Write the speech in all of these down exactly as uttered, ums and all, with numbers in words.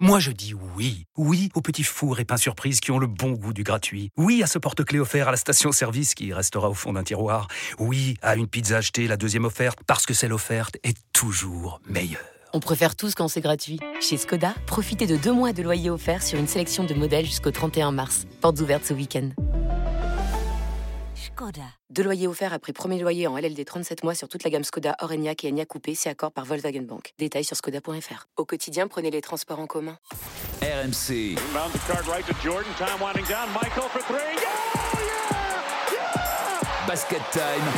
Moi je dis oui. Oui aux petits fours et pains surprises qui ont le bon goût du gratuit. Oui à ce porte-clés offert à la station-service qui restera au fond d'un tiroir. Oui à une pizza achetée, la deuxième offerte, parce que celle offerte est toujours meilleure. On préfère tous quand c'est gratuit. Chez Skoda, profitez de deux mois de loyer offert sur une sélection de modèles jusqu'au trente et un mars. Portes ouvertes ce week-end. Skoda. Deux loyers offerts après premier loyer en L L D trente-sept mois sur toute la gamme Skoda, Orenia et Enyaq Coupé, c'est accord par Volkswagen Bank. Détails sur skoda point f r. Au quotidien, prenez les transports en commun. R M C. Basket Time.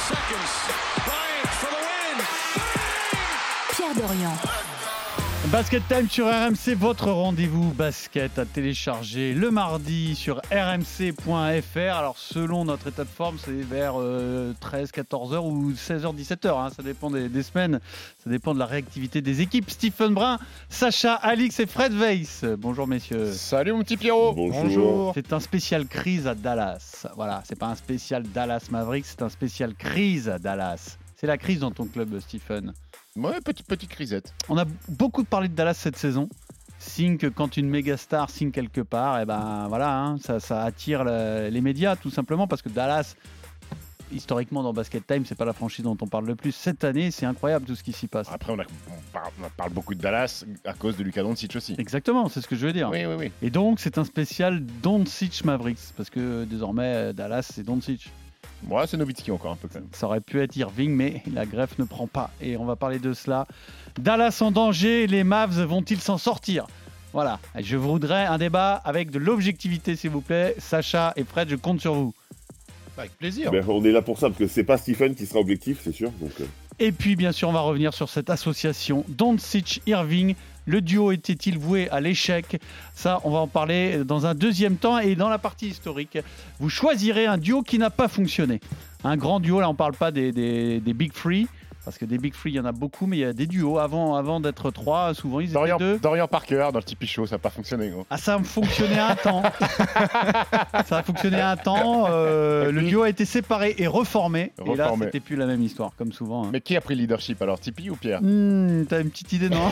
Pierre Dorian. Basket Time sur R M C, votre rendez-vous basket à télécharger le mardi sur r m c point f r. Alors selon notre état de forme, c'est vers euh, treize quatorze heures ou seize heures dix-sept heures, hein. Ça dépend des, des semaines, ça dépend de la réactivité des équipes. Stephen Brun, Sacha, Alix et Fred Weiss. Bonjour messieurs. Salut mon petit Pierrot. Bonjour. Bonjour. C'est un spécial crise à Dallas. Voilà, c'est pas un spécial Dallas Mavericks, c'est un spécial crise à Dallas. C'est la crise dans ton club, Stephen. Ouais, petite, petite crisette. On a beaucoup parlé de Dallas cette saison. Signe que quand une méga star signe quelque part, et ben voilà, hein, ça, ça attire le, les médias tout simplement parce que Dallas, historiquement dans Basket Time, c'est pas la franchise dont on parle le plus. Cette année, c'est incroyable tout ce qui s'y passe. Après, on, a, on, parle, on parle beaucoup de Dallas à cause de Luka Doncic aussi. Exactement, c'est ce que je veux dire. Oui, oui, oui. Et donc, c'est un spécial Doncic Mavericks parce que désormais, Dallas, c'est Doncic. Moi, ouais, c'est Nowitzki encore un peu quand même. Ça aurait pu être Irving, mais la greffe ne prend pas. Et on va parler de cela. Dallas en danger, les Mavs vont-ils s'en sortir ? Voilà, je voudrais un débat avec de l'objectivité, s'il vous plaît. Sacha et Fred, je compte sur vous. Avec plaisir. Ben, on est là pour ça, parce que c'est pas Stephen qui sera objectif, c'est sûr. Donc, euh... Et puis, bien sûr, on va revenir sur cette association Doncic-Irving. Le duo était-il voué à l'échec ? Ça, on va en parler dans un deuxième temps. Et dans la partie historique, vous choisirez un duo qui n'a pas fonctionné. Un grand duo, là, on ne parle pas des, des, des Big Three. Parce que des Big Three, il y en a beaucoup, mais il y a des duos. Avant, avant d'être trois, souvent, ils Dorian, étaient deux. Dorian Parker, dans le Tipeee Show, ça n'a pas fonctionné. Gros. Ah, ça a fonctionné un temps. Ça a fonctionné un temps. Euh, le duo a été séparé et reformé. reformé. Et là, c'était plus la même histoire, comme souvent. Hein. Mais qui a pris le leadership alors, Tipeee ou Pierre ? mmh, T'as une petite idée, non ?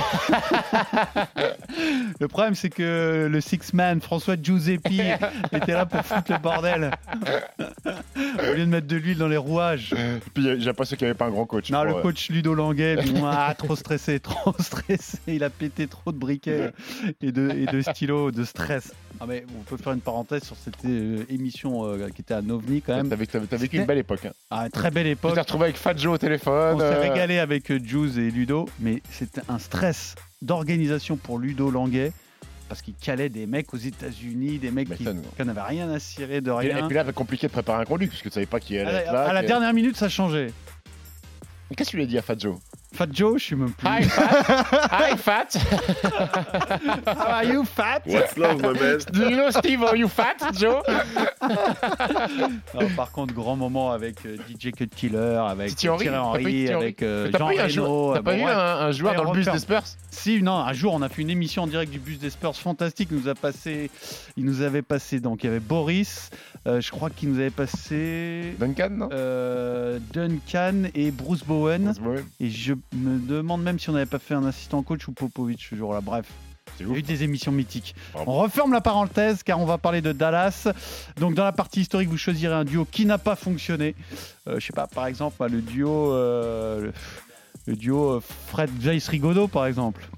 Le problème, c'est que le six-man, François Giuseppe, était là pour foutre le bordel. Au lieu de mettre de l'huile dans les rouages. Et puis, j'ai l'impression qu'il n'y avait pas un grand coach. Non, le coach Ludo Languet, ah, trop stressé, trop stressé. Il a pété trop de briquets et de, et de stylos, de stress. Ah, mais on peut faire une parenthèse sur cette euh, émission euh, qui était à Novni quand même. T'as vécu, t'as vécu une belle époque. Hein. Ah, une très belle époque. Tu t'es retrouvé avec Fat Joe au téléphone. On euh... s'est régalé avec euh, Juice et Ludo, mais c'était un stress d'organisation pour Ludo Languet. Parce qu'il calait des mecs aux États-Unis, des mecs qui, qui n'avaient rien à cirer de rien. Et, et puis là, c'était compliqué de préparer un conduit, parce que tu savais pas qui allait être là. À la que... dernière minute, ça changeait. Mais qu'est-ce que tu lui as dit à Fat Joe ? Fat Joe, je suis même plus. Hi Fat. Hi Fat. How are you Fat? What's love, my man? Do you know Steve? Are you fat, Joe? Alors, par contre, grand moment avec euh, D J Cut Killer, avec Thierry Henry, avec euh, Jean Reno. T'as pas eu un, un joueur dans le bus des Spurs? Si, non, un jour, on a fait une émission en direct du bus des Spurs fantastique. Il nous a passé, il nous avait passé, donc il y avait Boris, euh, je crois qu'il nous avait passé Duncan, non euh, Duncan et Bruce Bowen. Bruce Bowen. Et je me demande même si on n'avait pas fait un assistant coach ou Popovic ce jour-là. Bref. Il y a eu des émissions mythiques. Bravo. On referme la parenthèse car on va parler de Dallas. Donc dans la partie historique, vous choisirez un duo qui n'a pas fonctionné. Euh, je sais pas, par exemple, le duo, euh, le, le duo Fred Weiss Rigaudot, par exemple.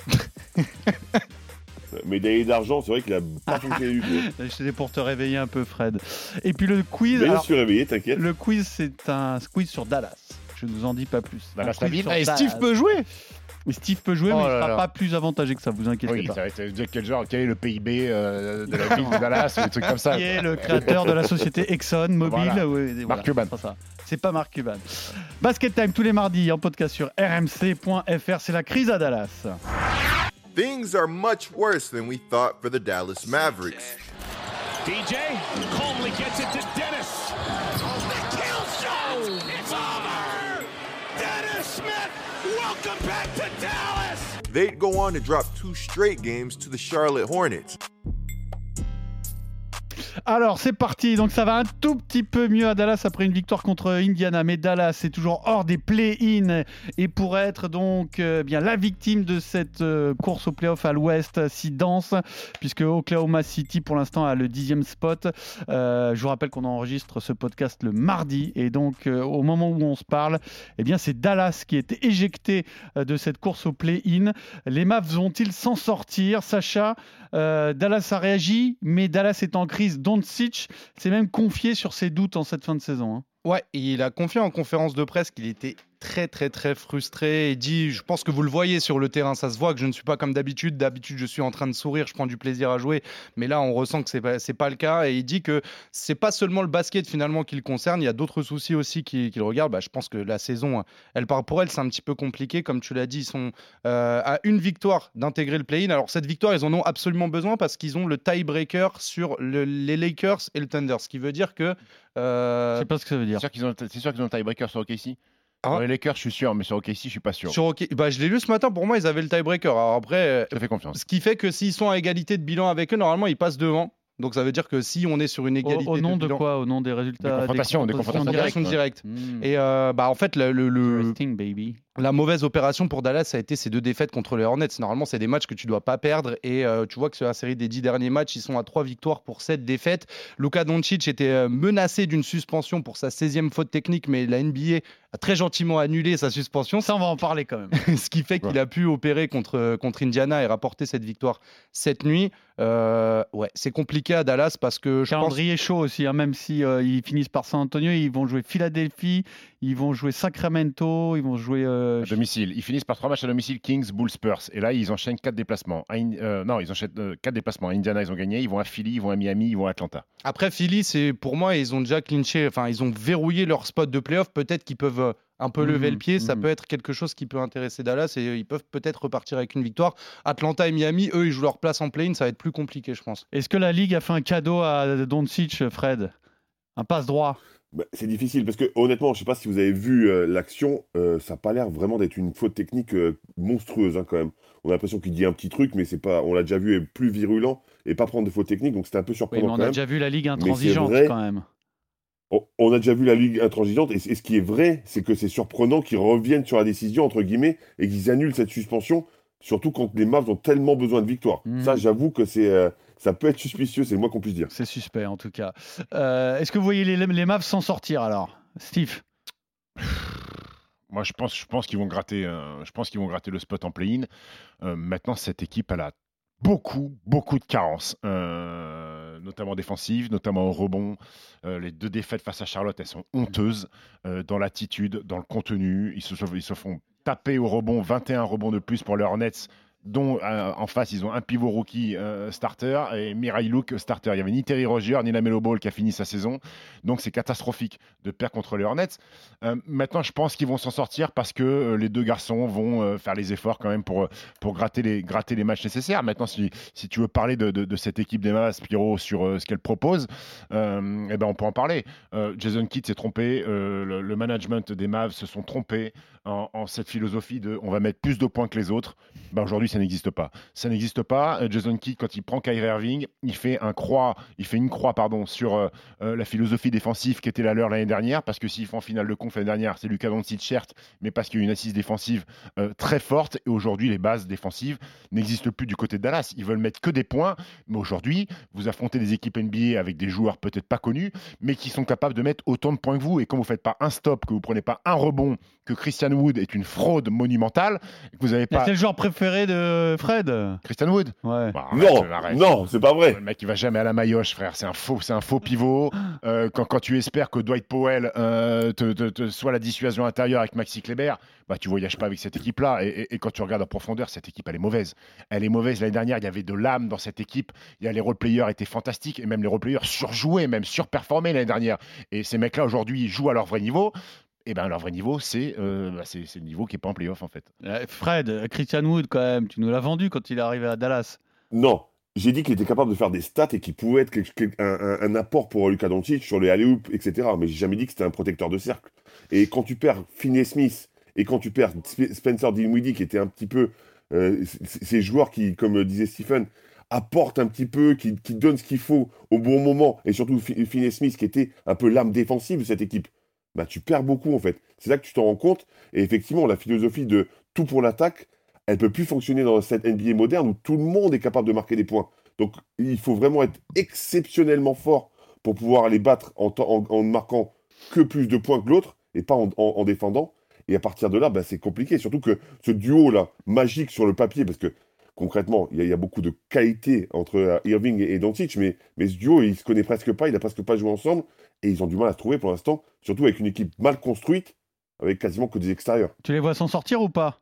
Médaillé d'argent, c'est vrai qu'il a pas fonctionné du tout. C'était pour te réveiller un peu, Fred. Et puis le quiz. Mais je suis réveillé, t'inquiète. Le quiz, c'est un quiz sur Dallas. Je ne vous en dis pas plus. Dallas la ville. Et Steve peut jouer. Mais Steve peut jouer, oh mais il ne sera pas plus avantagé que ça, vous inquiétez oui, pas. Oui, ça va être quel genre, quel est le P I B euh, de la ville de Dallas, ou des trucs comme ça. Qui est le créateur de la société Exxon Mobil. Voilà. Oui, Mark voilà, Cuban. C'est, c'est pas Mark Cuban. Basket Time tous les mardis en podcast sur r m c point f r. C'est la crise à Dallas. Things are much worse than we thought for the Dallas Mavericks. D J calmly gets it to Dennis. The kill show. It's over. Dennis Smith, welcome back to Dallas. They'd go on to drop two straight games to the Charlotte Hornets. Alors c'est parti, donc ça va un tout petit peu mieux à Dallas après une victoire contre Indiana, mais Dallas est toujours hors des play-in et pourrait être donc euh, bien la victime de cette euh, course au play-off à l'ouest si dense, puisque Oklahoma City pour l'instant a le dixième spot. Euh, je vous rappelle qu'on enregistre ce podcast le mardi et donc euh, au moment où on se parle, eh bien c'est Dallas qui est éjecté euh, de cette course au play-in. Les Mavs vont-ils s'en sortir? Sacha, euh, Dallas a réagi, mais Dallas est en crise. Doncic s'est même confié sur ses doutes en cette fin de saison. Hein. Ouais, il a confié en conférence de presse qu'il était très très très frustré et dit, je pense que vous le voyez sur le terrain, ça se voit que je ne suis pas comme d'habitude, d'habitude je suis en train de sourire, je prends du plaisir à jouer, mais là on ressent que c'est pas, c'est pas le cas et il dit que c'est pas seulement le basket finalement qui le concerne, il y a d'autres soucis aussi qui, qui le regardent. Bah, je pense que la saison, elle part pour elle, c'est un petit peu compliqué, comme tu l'as dit, ils sont euh, à une victoire d'intégrer le play-in. Alors cette victoire ils en ont absolument besoin parce qu'ils ont le tie-breaker sur le, les Lakers et le Thunder, ce qui veut dire que euh... je sais pas ce que ça veut dire. C'est sûr qu'ils ont, c'est sûr qu'ils ont le tie-breaker sur O K C. Ah. Sur les Lakers, je suis sûr, mais sur O K C, je suis pas sûr. Sur O K C, bah, je l'ai lu ce matin, pour moi, ils avaient le tie-breaker. Alors après, je te fais confiance. Ce qui fait que s'ils sont à égalité de bilan avec eux, normalement, ils passent devant. Donc ça veut dire que si on est sur une égalité au, au nom de, de bilan, quoi? Au nom des résultats, des confrontations, des confrontations, des confrontations directes. directes. Mmh. Et euh, bah en fait le, le, le baby. La mauvaise opération pour Dallas, ça a été ces deux défaites contre les Hornets. Normalement, c'est des matchs que tu dois pas perdre. Et euh, tu vois que sur la série des dix derniers matchs, ils sont à trois victoires pour sept défaites. Luka Doncic était menacé d'une suspension pour sa seizième faute technique, mais la N B A a très gentiment annulé sa suspension. Ça, on va en parler quand même. Ce qui fait qu'il ouais. a pu opérer contre, contre Indiana et rapporter cette victoire cette nuit. Euh, ouais, c'est compliqué à Dallas parce que je calendrier pense... chaud aussi, hein, même si euh, ils finissent par San Antonio, ils vont jouer Philadelphie, ils vont jouer Sacramento, ils vont jouer euh... à domicile. Ils finissent par trois matchs à domicile, Kings, Bulls, Spurs. Et là, ils enchaînent quatre déplacements. In... Euh, non, ils enchaînent euh, quatre déplacements. À Indiana, ils ont gagné. Ils vont à Philly, ils vont à Miami, ils vont à Atlanta. Après Philly, c'est pour moi, ils ont déjà clinché, enfin, ils ont verrouillé leur spot de playoff. Peut-être qu'ils peuvent euh, un peu mmh, lever le pied. Ça mmh. peut être quelque chose qui peut intéresser Dallas et ils peuvent peut-être repartir avec une victoire. Atlanta et Miami, eux, ils jouent leur place en play-in. Ça va être plus compliqué, je pense. Est-ce que la Ligue a fait un cadeau à Doncic, Fred? Un passe-droit? Bah, c'est difficile parce que honnêtement, je sais pas si vous avez vu euh, l'action, euh, ça n'a pas l'air vraiment d'être une faute technique euh, monstrueuse hein, quand même. On a l'impression qu'il dit un petit truc, mais c'est pas, on l'a déjà vu être plus virulent et pas prendre de faute technique, donc c'était un peu surprenant. Oui, mais on quand a même. déjà vu la Ligue intransigeante vrai, quand même. On, on a déjà vu la Ligue intransigeante et, et ce qui est vrai, c'est que c'est surprenant qu'ils reviennent sur la décision entre guillemets et qu'ils annulent cette suspension, surtout quand les Mavs ont tellement besoin de victoire. Mmh. Ça, j'avoue que c'est euh, ça peut être suspicieux, c'est le moins qu'on puisse dire. C'est suspect en tout cas. Euh, est-ce que vous voyez les, les Mavs s'en sortir alors, Steve? Moi, je pense, je pense qu'ils vont gratter, euh, je pense qu'ils vont gratter le spot en play-in. Euh, maintenant, cette équipe, elle a beaucoup, beaucoup de carences, euh, notamment défensives, notamment au rebond. Euh, les deux défaites face à Charlotte, elles sont honteuses euh, dans l'attitude, dans le contenu. Ils se, ils se font taper au rebond, vingt et un rebonds de plus pour les Hornets, dont euh, en face, ils ont un pivot rookie euh, starter et Mirai Luke starter. Il n'y avait ni Terry Rozier, ni Lamelo Ball qui a fini sa saison. Donc, c'est catastrophique de perdre contre les Hornets. Euh, maintenant, je pense qu'ils vont s'en sortir parce que euh, les deux garçons vont euh, faire les efforts quand même pour, pour gratter, les, gratter les matchs nécessaires. Maintenant, si, si tu veux parler de, de, de cette équipe des Mavs, Spiro, sur euh, ce qu'elle propose, euh, eh ben, on peut en parler. Euh, Jason Kidd s'est trompé. Euh, le, le management des Mavs se sont trompés en, en cette philosophie de on va mettre plus de points que les autres. Ben, aujourd'hui, ça n'existe pas. Ça n'existe pas. Jason Kidd, quand il prend Kyrie Irving, il fait, un croix, il fait une croix pardon, sur euh, la philosophie défensive qui était la leur l'année dernière, parce que s'il fait en finale de conf l'année dernière, c'est Luka Doncic, certes, mais parce qu'il y a une assise défensive euh, très forte, et aujourd'hui, les bases défensives n'existent plus du côté de Dallas. Ils veulent mettre que des points, mais aujourd'hui, vous affrontez des équipes N B A avec des joueurs peut-être pas connus, mais qui sont capables de mettre autant de points que vous, et quand vous ne faites pas un stop, que vous ne prenez pas un rebond, que Christian Wood est une fraude monumentale, et que vous n'avez pas... C'est le joueur préféré de Fred. Christian Wood. Ouais. Bah, arrête, non, arrête. Non, c'est pas vrai. Le mec, il va jamais à la maillotche, frère. C'est un faux, c'est un faux pivot. Euh, quand, quand tu espères que Dwight Powell euh, te, te, te soit la dissuasion intérieure avec Maxi Kleber, bah tu voyages pas avec cette équipe-là. Et, et, et quand tu regardes en profondeur, cette équipe, elle est mauvaise. Elle est mauvaise. L'année dernière, il y avait de l'âme dans cette équipe. Il y a les role-players étaient fantastiques et même les role-players surjouaient, même surperformaient l'année dernière. Et ces mecs-là aujourd'hui, ils jouent à leur vrai niveau. Et ben leur vrai niveau, c'est, euh, bah c'est, c'est le niveau qui n'est pas en play-off en fait. Fred, Christian Wood quand même, tu nous l'as vendu quand il est arrivé à Dallas. Non, j'ai dit qu'il était capable de faire des stats et qu'il pouvait être un, un, un apport pour Luka Doncic sur les alley-oops, et cetera. Mais j'ai jamais dit que c'était un protecteur de cercle. Et quand tu perds Finney Smith et quand tu perds Spencer Dinwiddie, qui était un petit peu euh, ces joueurs qui, comme disait Stephen, apporte un petit peu, qui, qui donne ce qu'il faut au bon moment, et surtout Finney-Smith qui était un peu l'âme défensive de cette équipe, bah, tu perds beaucoup en fait. C'est là que tu t'en rends compte. Et effectivement, la philosophie de tout pour l'attaque, elle peut plus fonctionner dans cette N B A moderne où tout le monde est capable de marquer des points. Donc il faut vraiment être exceptionnellement fort pour pouvoir les battre en, en, en ne marquant que plus de points que l'autre et pas en, en, en défendant. Et à partir de là, bah, c'est compliqué. Surtout que ce duo-là, magique sur le papier, parce que concrètement, il y, y a beaucoup de qualité entre euh, Irving et, et Doncic, mais, mais ce duo, il se connaît presque pas, il a presque pas joué ensemble, et ils ont du mal à se trouver pour l'instant, surtout avec une équipe mal construite, avec quasiment que des extérieurs. Tu les vois s'en sortir ou pas?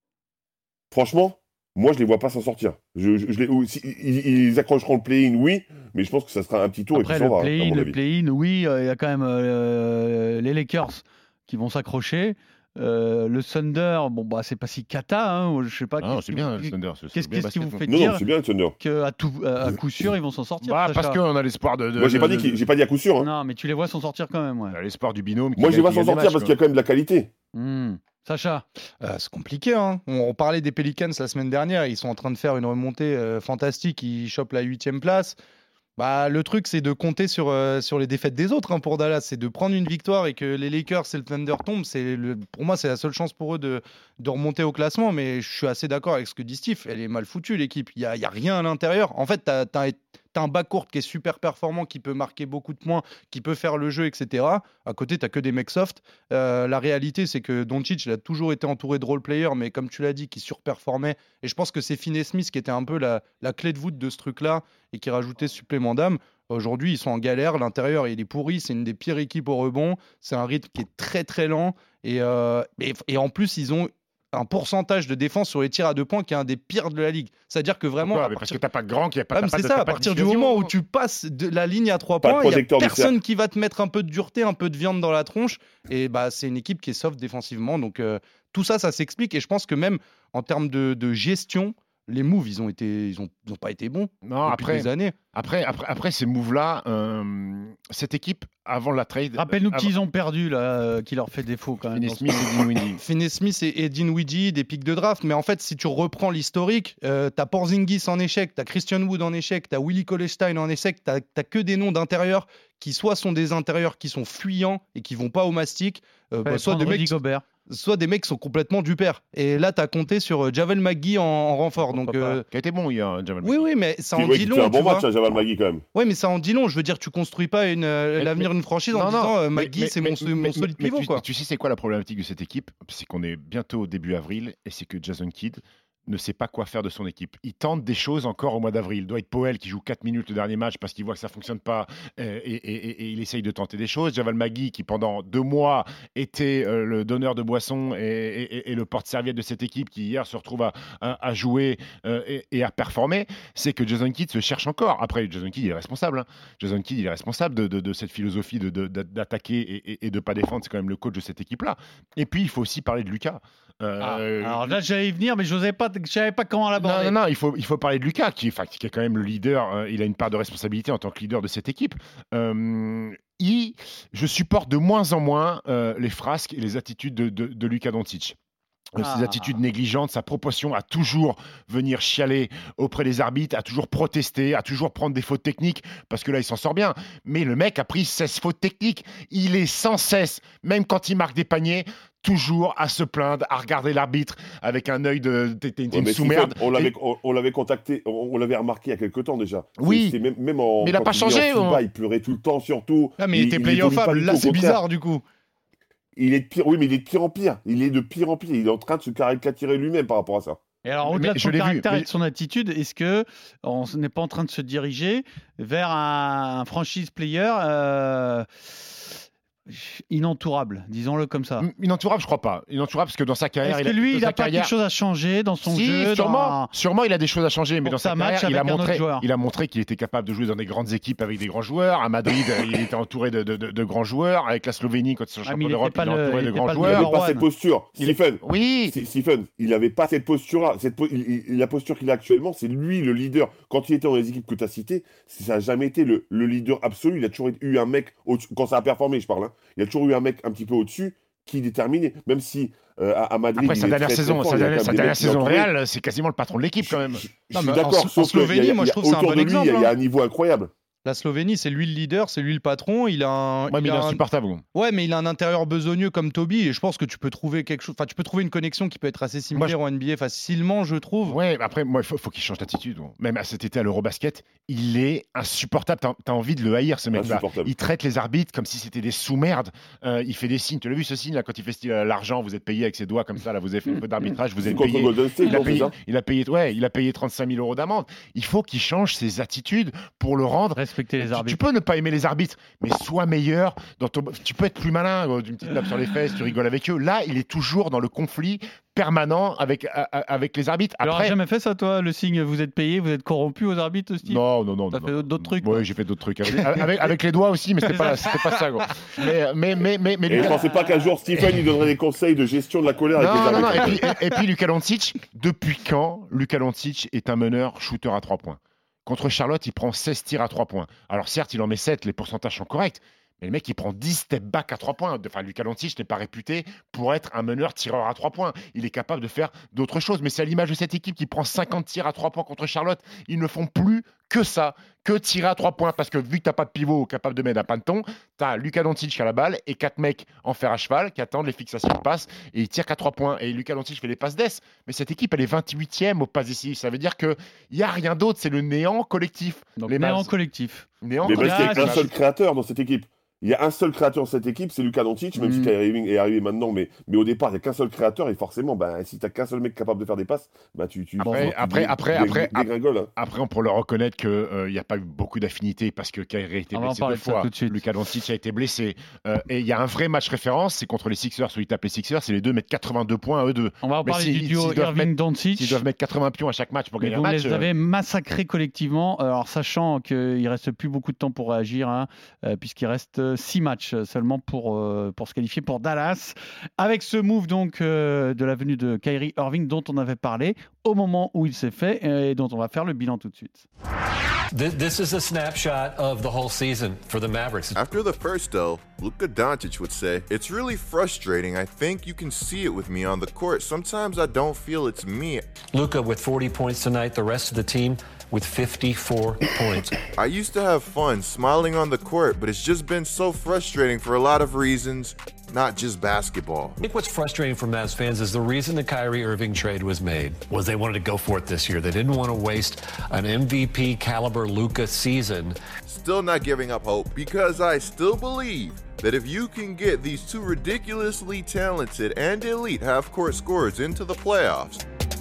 Franchement, moi, je les vois pas s'en sortir. Je, je, je les, ou, si, ils, ils accrocheront le play-in, oui, mais je pense que ça sera un petit tour Après, et puis ça le va. play-in, le play-in, oui, il euh, y a quand même euh, les Lakers qui vont s'accrocher. Euh, le Thunder, bon bah c'est pas si cata, hein, je sais pas. Ah non, c'est bien le Thunder. C'est, qu'est-ce, bien qu'est-ce qui vous fait non, dire non, c'est bien le Thunder. qu'à tout, à, à coup sûr ils vont s'en sortir? Bah, parce qu'on a l'espoir de. de Moi j'ai de, pas de, dit, j'ai pas dit à coup sûr. Hein. Non, mais tu les vois s'en sortir quand même, ouais. On a l'espoir du binôme. Moi je les vois s'en sortir matchs, parce qu'il y a quand même de la qualité. Mmh. Sacha, euh, c'est compliqué. Hein. On, on parlait des Pelicans la semaine dernière. Ils sont en train de faire une remontée euh, fantastique. Ils chopent la huitième place. Bah, le truc, c'est de compter sur, euh, sur les défaites des autres hein, pour Dallas. C'est de prendre une victoire et que les Lakers et le Thunder tombent. C'est le, pour moi, c'est la seule chance pour eux de, de remonter au classement. Mais je suis assez d'accord avec ce que dit Steve. Elle est mal foutue, l'équipe. Il n'y a, y a rien à l'intérieur. En fait, tu as, t'as, t'as un backcourt qui est super performant, qui peut marquer beaucoup de points, qui peut faire le jeu, et cetera. À côté, tu n'as que des mecs soft. Euh, la réalité, c'est que Doncic, il a toujours été entouré de role-players, mais comme tu l'as dit, qui surperformait. Et je pense que c'est Finney-Smith qui était un peu la, la clé de voûte de ce truc-là et qui rajoutait ce supplément d'âme. Aujourd'hui, ils sont en galère. L'intérieur, il est pourri. C'est une des pires équipes au rebond. C'est un rythme qui est très, très lent. Et, euh, et, et en plus, ils ont un pourcentage de défense sur les tirs à deux points qui est un des pires de la ligue. C'est-à-dire que vraiment... Pourquoi, partir... Parce que t'as pas de grand, qui a pas, ah, pas c'est de, ça, à pas partir de du moment où tu passes de la ligne à trois points, il n'y a personne qui va te mettre un peu de dureté, un peu de viande dans la tronche. Et bah, c'est une équipe qui est soft défensivement. Donc euh, tout ça, ça s'explique. Et je pense que même en termes de, de gestion, les moves, ils ont été, ils ont, ils ont pas été bons non, depuis après, des années. Après, après, après ces moves-là, euh, cette équipe, avant la trade... Rappelle-nous avant... qu'ils ont perdu, là, euh, qui leur fait défaut quand même. Finney-Smith et Dinwiddie. Finney-Smith et, et Dinwiddie, des pics de draft. Mais en fait, si tu reprends l'historique, euh, t'as Porzingis en échec, t'as Christian Wood en échec, t'as Willie Cauley-Stein en échec, t'as, t'as que des noms d'intérieurs qui soit sont des intérieurs qui sont fuyants et qui vont pas au mastic, euh, ouais, bah, soit des mecs... Gobert. soit des mecs qui sont complètement du père. Et là, tu as compté sur euh, Javel McGee en, en renfort. Donc, euh... Qui a été bon hier, Javel Oui, oui, mais ça en ouais, dit long. C'est un bon match, vois. hein, Javel McGee, quand même. Oui, mais ça en dit long. Je veux dire, tu construis pas une, euh, mais, l'avenir d'une franchise en non, disant euh, mais, McGee, mais, c'est mais, mon, mais, mon mais, solide mais, pivot. Tu, quoi. tu sais, c'est quoi la problématique de cette équipe? C'est qu'on est bientôt au début avril et c'est que Jason Kidd ne sait pas quoi faire de son équipe. Il tente des choses encore au mois d'avril. Dwight Powell qui joue quatre minutes le dernier match parce qu'il voit que ça ne fonctionne pas et, et, et, et il essaye de tenter des choses. Javel McGee qui pendant deux mois était euh, le donneur de boissons et, et, et le porte-serviette de cette équipe qui hier se retrouve à, à, à jouer euh, et, et à performer. C'est que Jason Kidd se cherche encore. Après, Jason Kidd il est responsable. Hein. Jason Kidd il est responsable de, de, de cette philosophie de, de, d'attaquer et, et, et de ne pas défendre. C'est quand même le coach de cette équipe-là. Et puis, il faut aussi parler de Lucas. Euh, ah, alors là, j'allais y venir, mais je ne savais pas comment l'aborder. Non, non, non, il faut, il faut parler de Lucas, qui, enfin, qui est quand même le leader. Euh, il a une part de responsabilité en tant que leader de cette équipe. Euh, il, je supporte de moins en moins euh, les frasques et les attitudes de, de, de Luka Doncic. Ah. Ses attitudes négligentes, sa propension à toujours venir chialer auprès des arbitres, à toujours protester, à toujours prendre des fautes techniques, parce que là, il s'en sort bien. Mais le mec a pris seize fautes techniques. Il est sans cesse, même quand il marque des paniers, toujours à se plaindre, à regarder l'arbitre avec un œil de t'es une ouais, sous-merde. On l'avait, on, on l'avait contacté, on, on l'avait remarqué il y a quelques temps déjà. Oui. C'est, c'est même, même en, mais il n'a pas changé. Il, FIBA, on... il pleurait tout le temps, surtout. Ah, mais il, il était playoffable. Là, c'est bizarre, du coup. Il est de pire, oui, mais il est de pire en pire. Il est de pire en pire. Il est en train de se caricaturer lui-même par rapport à ça. Et alors, au-delà mais de son caractère vu, mais... et de son attitude, est-ce qu'on n'est pas en train de se diriger vers un, un franchise player euh, inentourable, disons-le comme ça? Inentourable, je crois pas. Inentourable parce que dans sa carrière, est-ce que lui, il, il a pas carrière... quelque chose à changer dans son si, jeu? Sûrement, dans... sûrement, il a des choses à changer, mais dans sa carrière, il a montré, il a montré qu'il était capable de jouer dans des grandes équipes avec des grands joueurs. À Madrid, il était entouré de, de, de, de grands joueurs. Avec la Slovénie, quand il est champion d'Europe, il était entouré le, de grands il joueurs. Il n'avait pas cette posture. Stephen. Oui. Stephen, il n'avait pas cette posture-là. Cette po- il, il, la posture qu'il a actuellement, c'est lui le leader. Quand il était dans les équipes que tu as citées, ça n'a jamais été le, le leader absolu. Il a toujours eu un mec, quand ça a performé, je parle. Hein. Il a toujours eu un mec un petit peu au-dessus qui déterminait. Même si euh, à, à Madrid. Après, sa dernière très, saison, très fort, sa dernière, sa dernière saison Real, c'est quasiment le patron de l'équipe quand même. Je, je, je suis d'accord. En, en Slovénie, moi, je trouve que c'est un bon exemple. Il y a un niveau incroyable. La Slovénie, c'est lui le leader, c'est lui le patron. Il a un, ouais, mais il, il a est insupportable. Un... Ouais, mais il a un intérieur besogneux comme Toby, et je pense que tu peux trouver quelque chose. Enfin, tu peux trouver une connexion qui peut être assez similaire moi, je... en N B A facilement, je trouve. Ouais, mais après, moi, il faut, faut qu'il change d'attitude. Même à cet été à l'Eurobasket, il est insupportable. T'as, t'as envie de le haïr, ce mec-là. Il traite les arbitres comme si c'était des sous-merdes. Euh, il fait des signes. Tu l'as vu ce signe là quand il fait style, l'argent, vous êtes payé avec ses doigts comme ça. Là, vous avez fait un peu d'arbitrage, vous êtes payé. Il a payé, il a payé, ouais, il a payé trente-cinq mille euros d'amende. Il faut qu'il change ses attitudes pour le rendre. Respecter les arbitres. Tu peux ne pas aimer les arbitres, mais sois meilleur. Dans ton... Tu peux être plus malin, euh, d'une petite tape sur les fesses, tu rigoles avec eux. Là, il est toujours dans le conflit permanent avec, a, a, avec les arbitres. Après... Alors, jamais fait ça, toi, le signe vous êtes payé, vous êtes corrompu aux arbitres, Steve? Non, non, non. T'as non, fait non, d'autres non. trucs? Oui, j'ai fait d'autres trucs. Avec, avec, avec les doigts aussi, mais c'était pas, c'était pas ça. Gros. Mais, mais, mais, mais, mais et Lucas... je pensais pas qu'un jour, Stephen, il donnerait des conseils de gestion de la colère non, avec les non, arbitres. Non, et, puis, et, et puis, Luka Doncic, depuis quand Luka Doncic est un meneur shooter à trois points? Contre Charlotte, il prend seize tirs à trois points. Alors certes, il en met sept, les pourcentages sont corrects, mais le mec, il prend dix step back à trois points. Enfin, Luka Doncic n'est pas réputé pour être un meneur tireur à trois points. Il est capable de faire d'autres choses. Mais c'est à l'image de cette équipe qui prend cinquante tirs à trois points contre Charlotte. Ils ne font plus que ça, que tirer à trois points. Parce que vu que tu n'as pas de pivot capable de mettre un panton, tu as Luka Doncic qui a la balle et quatre mecs en fer à cheval qui attendent les fixations de passes et ils tirent qu'à trois points. Et Luka Doncic fait les passes d'ess. Mais cette équipe, elle est vingt-huitième aux passes décisives. Ça veut dire qu'il n'y a rien d'autre. C'est le néant collectif. Donc, les néant collectif. Néant mais collectif. Il y a un seul créateur dans cette équipe. Il y a un seul créateur dans cette équipe, c'est Luka Doncic, même mmh. si Kyrie Irving est arrivé maintenant, mais, mais au départ, il n'y a qu'un seul créateur, et forcément, bah, si tu n'as qu'un seul mec capable de faire des passes, bah, tu, tu, après, tu, après, tu après, dé, après, dé, dégringoles. Hein. Après, on pourrait le reconnaître qu'il n'y euh, a pas eu beaucoup d'affinités parce que Kyrie a été on blessé deux fois. Luka Doncic a été blessé. Euh, et il y a un vrai match référence, c'est contre les Sixers où ils tapent les Sixers, c'est les deux mettent quatre-vingt-deux points, eux deux. On va en parler si, du duo Irving-Doncic. Ils doivent mettre quatre-vingts pions à chaque match pour gagner un match. Vous les avez massacrés collectivement, alors sachant qu'il ne reste plus beaucoup de temps pour réagir, hein, euh, puisqu'il reste six matchs seulement pour, euh, pour se qualifier pour Dallas. Avec ce move donc euh, de la venue de Kyrie Irving dont on avait parlé au moment où il s'est fait et dont on va faire le bilan tout de suite. This is a snapshot of the whole season for the Mavericks. After the first L, Luka Doncic would say, "It's really frustrating. I think you can see it with me on the court. Sometimes I don't feel it's me." Luka with forty points tonight, the rest of the team with fifty-four points. I used to have fun smiling on the court, but it's just been so frustrating for a lot of reasons, not just basketball. I think what's frustrating for Mavs fans is the reason the Kyrie Irving trade was made was they wanted to go for it this year. They didn't want to waste an M V P caliber Luka season. Still not giving up hope because I still believe that if you can get these two ridiculously talented and elite half-court scorers into the playoffs.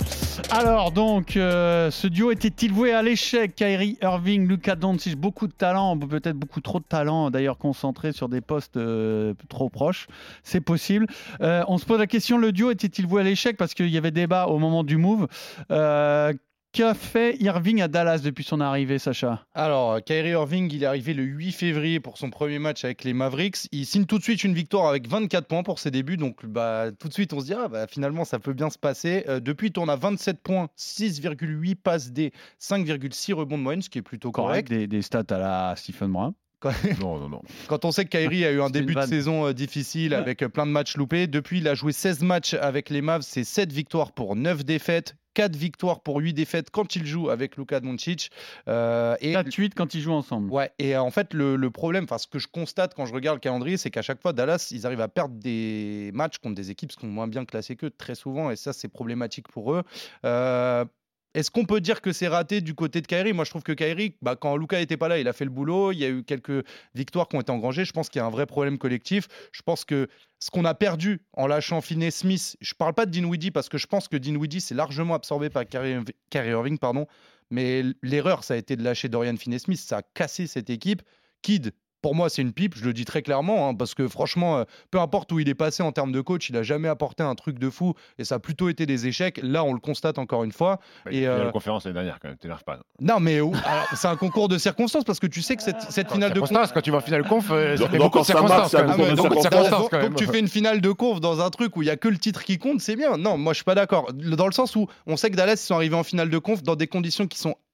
Alors donc, euh, ce duo était-il voué à l'échec? Kyrie Irving, Luka Doncic, beaucoup de talent, peut-être beaucoup trop de talent d'ailleurs concentré sur des postes euh, trop proches, c'est possible. Euh, on se pose la question, le duo était-il voué à l'échec? Parce qu'il y avait débat au moment du move. Euh, Qu'a fait Irving à Dallas depuis son arrivée, Sacha? Alors, Kyrie Irving, il est arrivé le huit février pour son premier match avec les Mavericks. Il signe tout de suite une victoire avec vingt-quatre points pour ses débuts. Donc, bah, tout de suite, on se dit, ah, bah, finalement, ça peut bien se passer. Euh, depuis, il tourne à vingt-sept points, six virgule huit passes D, cinq virgule six rebonds de moyenne, ce qui est plutôt correct. correct. Des, des stats à la Stephen Brun. Quand... Non, non, non. Quand on sait que Kyrie a eu un début de saison euh, difficile avec euh, plein de matchs loupés, depuis, il a joué seize matchs avec les Mavs, c'est sept victoires pour neuf défaites. quatre victoires pour huit défaites quand il joue avec Luka Doncic. Euh, et quatre huit quand ils jouent ensemble. Ouais, et en fait, le, le problème, enfin, ce que je constate quand je regarde le calendrier, c'est qu'à chaque fois, Dallas, ils arrivent à perdre des matchs contre des équipes qui sont moins bien classées qu'eux très souvent, et ça, c'est problématique pour eux. Euh, Est-ce qu'on peut dire que c'est raté du côté de Kyrie? Moi, je trouve que Kyrie, bah, quand Luka n'était pas là, il a fait le boulot. Il y a eu quelques victoires qui ont été engrangées. Je pense qu'il y a un vrai problème collectif. Je pense que ce qu'on a perdu en lâchant Finney-Smith, je ne parle pas de Dinwiddie parce que je pense que Dinwiddie s'est largement absorbé par Kyrie, Kyrie Irving, pardon. Mais l'erreur, ça a été de lâcher Dorian Finney-Smith. Ça a cassé cette équipe. Kidd, pour moi, c'est une pipe, je le dis très clairement, hein, parce que franchement, euh, peu importe où il est passé en termes de coach, il n'a jamais apporté un truc de fou et ça a plutôt été des échecs. Là, on le constate encore une fois. Bah, et il a euh... la conférence l'année dernière, quand même, t'énerve pas. Non, mais alors, c'est un concours de circonstances parce que tu sais que cette, cette finale de conf. Quand tu vas en finale de conf, euh, ça donc, fait beaucoup de circonstances. Marche, quand même. beaucoup de circonstances quand même. Donc, tu fais une finale de conf dans un truc où il n'y a que le titre qui compte, c'est bien. Non, moi, je suis pas d'accord. Dans le sens où on sait que Dallas, ils sont arrivés en finale de conf dans des conditions qui sont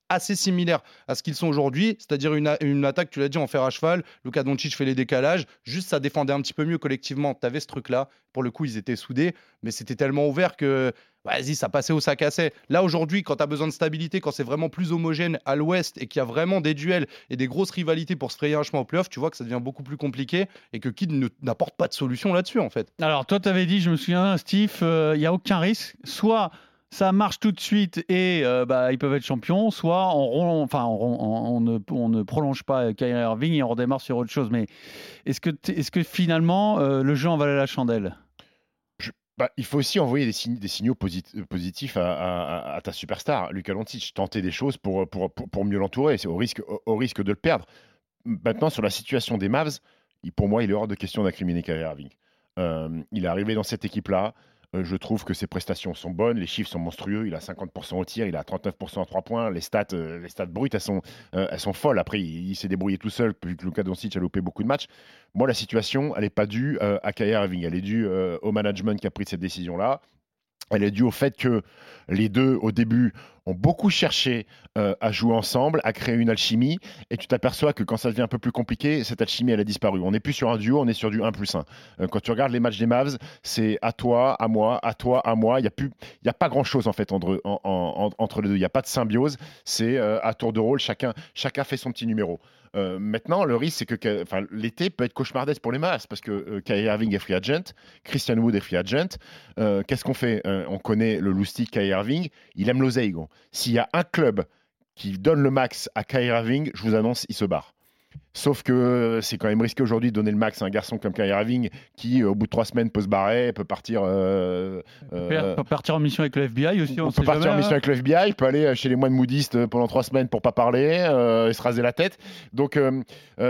assez similaires à ce qu'ils sont aujourd'hui, c'est-à-dire une, a- une attaque, tu l'as dit, en fer à cheval. Luka Doncic fait les décalages, juste ça défendait un petit peu mieux collectivement. Tu avais ce truc-là, pour le coup, ils étaient soudés, mais c'était tellement ouvert que vas-y, ça passait ou ça cassait. Là, aujourd'hui, quand tu as besoin de stabilité, quand c'est vraiment plus homogène à l'ouest et qu'il y a vraiment des duels et des grosses rivalités pour se frayer un chemin au playoff, tu vois que ça devient beaucoup plus compliqué et que Kidd ne- n'apporte pas de solution là-dessus, en fait. Alors, toi, tu avais dit, je me souviens, Steve, il n'y a aucun risque. Soit ça marche tout de suite et euh, bah, ils peuvent être champions, soit on, ron- enfin, on, ron- on- on ne, on ne prolonge pas Kyrie Irving et on redémarre sur autre chose. Mais est-ce que, t- est-ce que finalement, euh, le jeu en valait la chandelle? Je- bah, il faut aussi envoyer des, signes- des signaux posit- positifs à, à- à ta superstar, Luka Doncic. Tenter des choses pour, pour, pour, pour mieux l'entourer, c'est au risque, au, au risque de le perdre. Maintenant, sur la situation des Mavs, il- pour moi, il est hors de question d'incriminer Kyrie Irving. Euh, il est arrivé dans cette équipe-là. Euh, je trouve que ses prestations sont bonnes, les chiffres sont monstrueux. Il a cinquante pour cent au tir, il a trente-neuf pour cent à trois points. Les stats, euh, les stats brutes, elles sont, euh, elles sont folles. Après, il, il s'est débrouillé tout seul, vu que Luka Doncic a loupé beaucoup de matchs. Moi, la situation, elle n'est pas due euh, à Kyrie Irving. Elle est due euh, au management qui a pris cette décision-là. Elle est due au fait que les deux, au début, ont beaucoup cherché euh, à jouer ensemble, à créer une alchimie, et tu t'aperçois que quand ça devient un peu plus compliqué, cette alchimie, elle a disparu. On n'est plus sur un duo, on est sur du un plus un. Euh, quand tu regardes les matchs des Mavs, c'est à toi, à moi, à toi, à moi. Il n'y a, plus- il y a pas grand-chose, en fait, entre, en- en- entre les deux. Il n'y a pas de symbiose. C'est euh, à tour de rôle, chacun, chacun fait son petit numéro. Euh, maintenant, le risque, c'est que que- enfin, l'été peut être cauchemardesque pour les Mavs, parce que euh, Kyrie Irving est free agent, Christian Wood est free agent. Euh, Qu'est-ce qu'on fait? Euh, On connaît le loustic Kyrie Irving, il aime l'oseille, gros. S'il y a un club qui donne le max à Kyrie Irving, je vous annonce, il se barre. Sauf que c'est quand même risqué aujourd'hui de donner le max à un garçon comme Kyrie Irving qui, au bout de trois semaines, peut se barrer, peut partir. euh, euh, peut partir en mission avec le F B I aussi. On, on sait peut partir jamais, en mission hein. avec le F B I, il peut aller chez les moines moudistes pendant trois semaines pour pas parler, euh, et se raser la tête. Donc euh,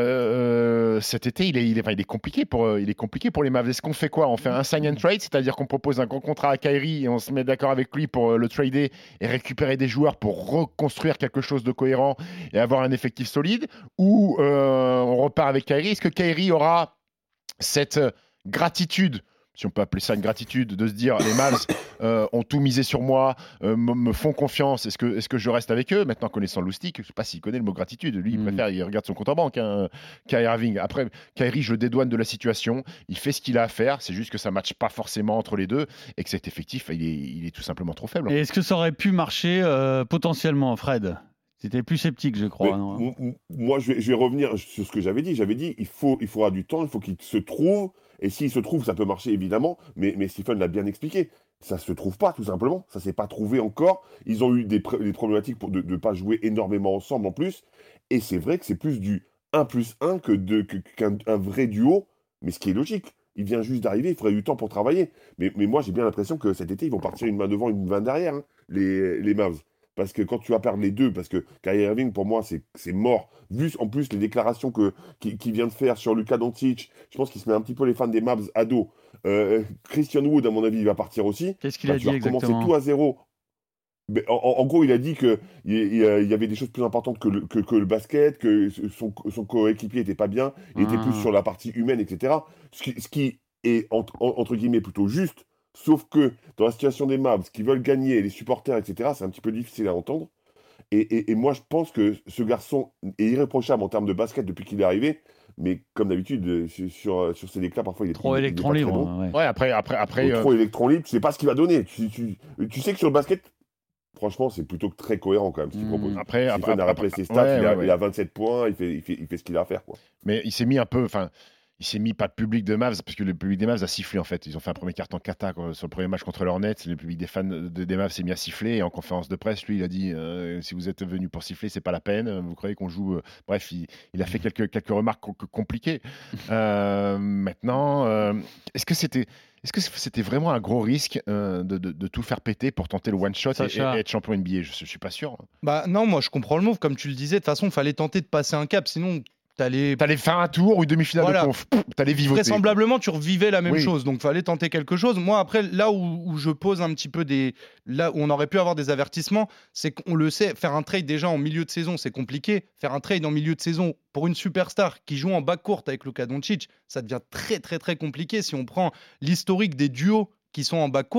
euh, cet été, il est, il est, enfin, il est compliqué pour, euh, il est compliqué pour les Mavs. Est-ce qu'on fait quoi? On fait un sign and trade, c'est-à-dire qu'on propose un grand contrat à Kyrie et on se met d'accord avec lui pour euh, le trader et récupérer des joueurs pour reconstruire quelque chose de cohérent et avoir un effectif solide, ou euh, on repart avec Kyrie? Est-ce que Kyrie aura cette gratitude, si on peut appeler ça une gratitude, de se dire les Mavs euh, ont tout misé sur moi, euh, me, me font confiance, est-ce que, est-ce que je reste avec eux? Maintenant, connaissant Loustic, je ne sais pas s'il connaît le mot gratitude. Lui, il Mm. préfère, il regarde son compte en banque, hein, Kyrie Irving. Après, Kyrie, je le dédouane de la situation, il fait ce qu'il a à faire, c'est juste que ça ne matche pas forcément entre les deux et que cet effectif, il est, il est tout simplement trop faible. Et est-ce que ça aurait pu marcher euh, potentiellement, Fred? C'était plus sceptique, je crois. Mais non m- m- moi, je vais, je vais revenir sur ce que j'avais dit. J'avais dit, il, faut, il faudra du temps, il faut qu'il se trouve. Et s'il se trouve, ça peut marcher évidemment. Mais, mais Stephen l'a bien expliqué. Ça ne se trouve pas, tout simplement. Ça ne s'est pas trouvé encore. Ils ont eu des, pr- des problématiques pour de ne pas jouer énormément ensemble en plus. Et c'est vrai que c'est plus du un plus un que de, que- qu'un un vrai duo. Mais ce qui est logique. Il vient juste d'arriver, il faudrait du temps pour travailler. Mais, mais moi, j'ai bien l'impression que cet été, ils vont partir une main devant, une main derrière, hein, les, les Mavs. Parce que quand tu vas perdre les deux, parce que Kyrie Irving, pour moi, c'est c'est mort. Vu en plus les déclarations que, qu'il qu'il vient de faire sur Luka Doncic, je pense qu'il se met un petit peu les fans des Mavs à dos. Euh, Christian Wood, à mon avis, il va partir aussi. Qu'est-ce qu'il Bah, a tu dit vas recommencer exactement? tout à zéro. Mais en, en- en gros, il a dit qu'il y, il y avait des choses plus importantes que le, que, que le basket, que son, son coéquipier n'était pas bien, il était plus Ah. sur la partie humaine, et cetera. Ce qui, ce qui est, entre, en- entre guillemets, plutôt juste. Sauf que dans la situation des Mavs, qui veulent gagner, les supporters, et cetera, c'est un petit peu difficile à entendre. Et, et- et moi, je pense que ce garçon est irréprochable en termes de basket depuis qu'il est arrivé. Mais comme d'habitude, euh, sur, sur, sur ses déclats, parfois, il est, Trop il- il est électron pas très libre. bon. Ouais. Ouais, après, après, après, Ou euh, trop électron libre, tu sais pas ce qu'il va donner. Tu, tu- tu sais que sur le basket, franchement, c'est plutôt très cohérent quand même ce qu'il Mmh. propose. après, Stephen après, a après- rappelé ses stats, ouais, il, a, ouais, ouais. il a vingt-sept points, il fait, il fait, il fait ce qu'il a à faire. Quoi. Mais il s'est mis un peu, enfin, il s'est mis pas le public de Mavs, parce que le public des Mavs a sifflé en fait. Ils ont fait un premier carton cata quoi, sur le premier match contre les Hornets. Le public des fans de, des Mavs s'est mis à siffler. Et en conférence de presse, lui, il a dit euh, si vous êtes venu pour siffler, c'est pas la peine. Vous croyez qu'on joue. euh, Bref, il, il a fait quelques, quelques remarques com- compliquées. Euh, maintenant, euh, est-ce que c'était. Est-ce que c'était vraiment un gros risque euh, de, de- de tout faire péter pour tenter le one-shot et, Sacha. et être champion N B A? Je ne suis pas sûr. Bah non, moi je comprends le move, comme tu le disais. De toute façon, il fallait tenter de passer un cap, sinon t'allais. T'allais faire un tour ou une demi-finale Voilà. de conf. Pff, T'allais vivoter. Vraisemblablement, tu revivais la même Oui. chose, donc fallait tenter quelque chose. Moi, après, là où, où je pose un petit peu des, là où on aurait pu avoir des avertissements, c'est qu'on le sait, faire un trade déjà en milieu de saison, c'est compliqué. Faire un trade en milieu de saison pour une superstar qui joue en backcourt avec Luka Doncic, ça devient très très très compliqué si on prend l'historique des duos qui sont en backcourt.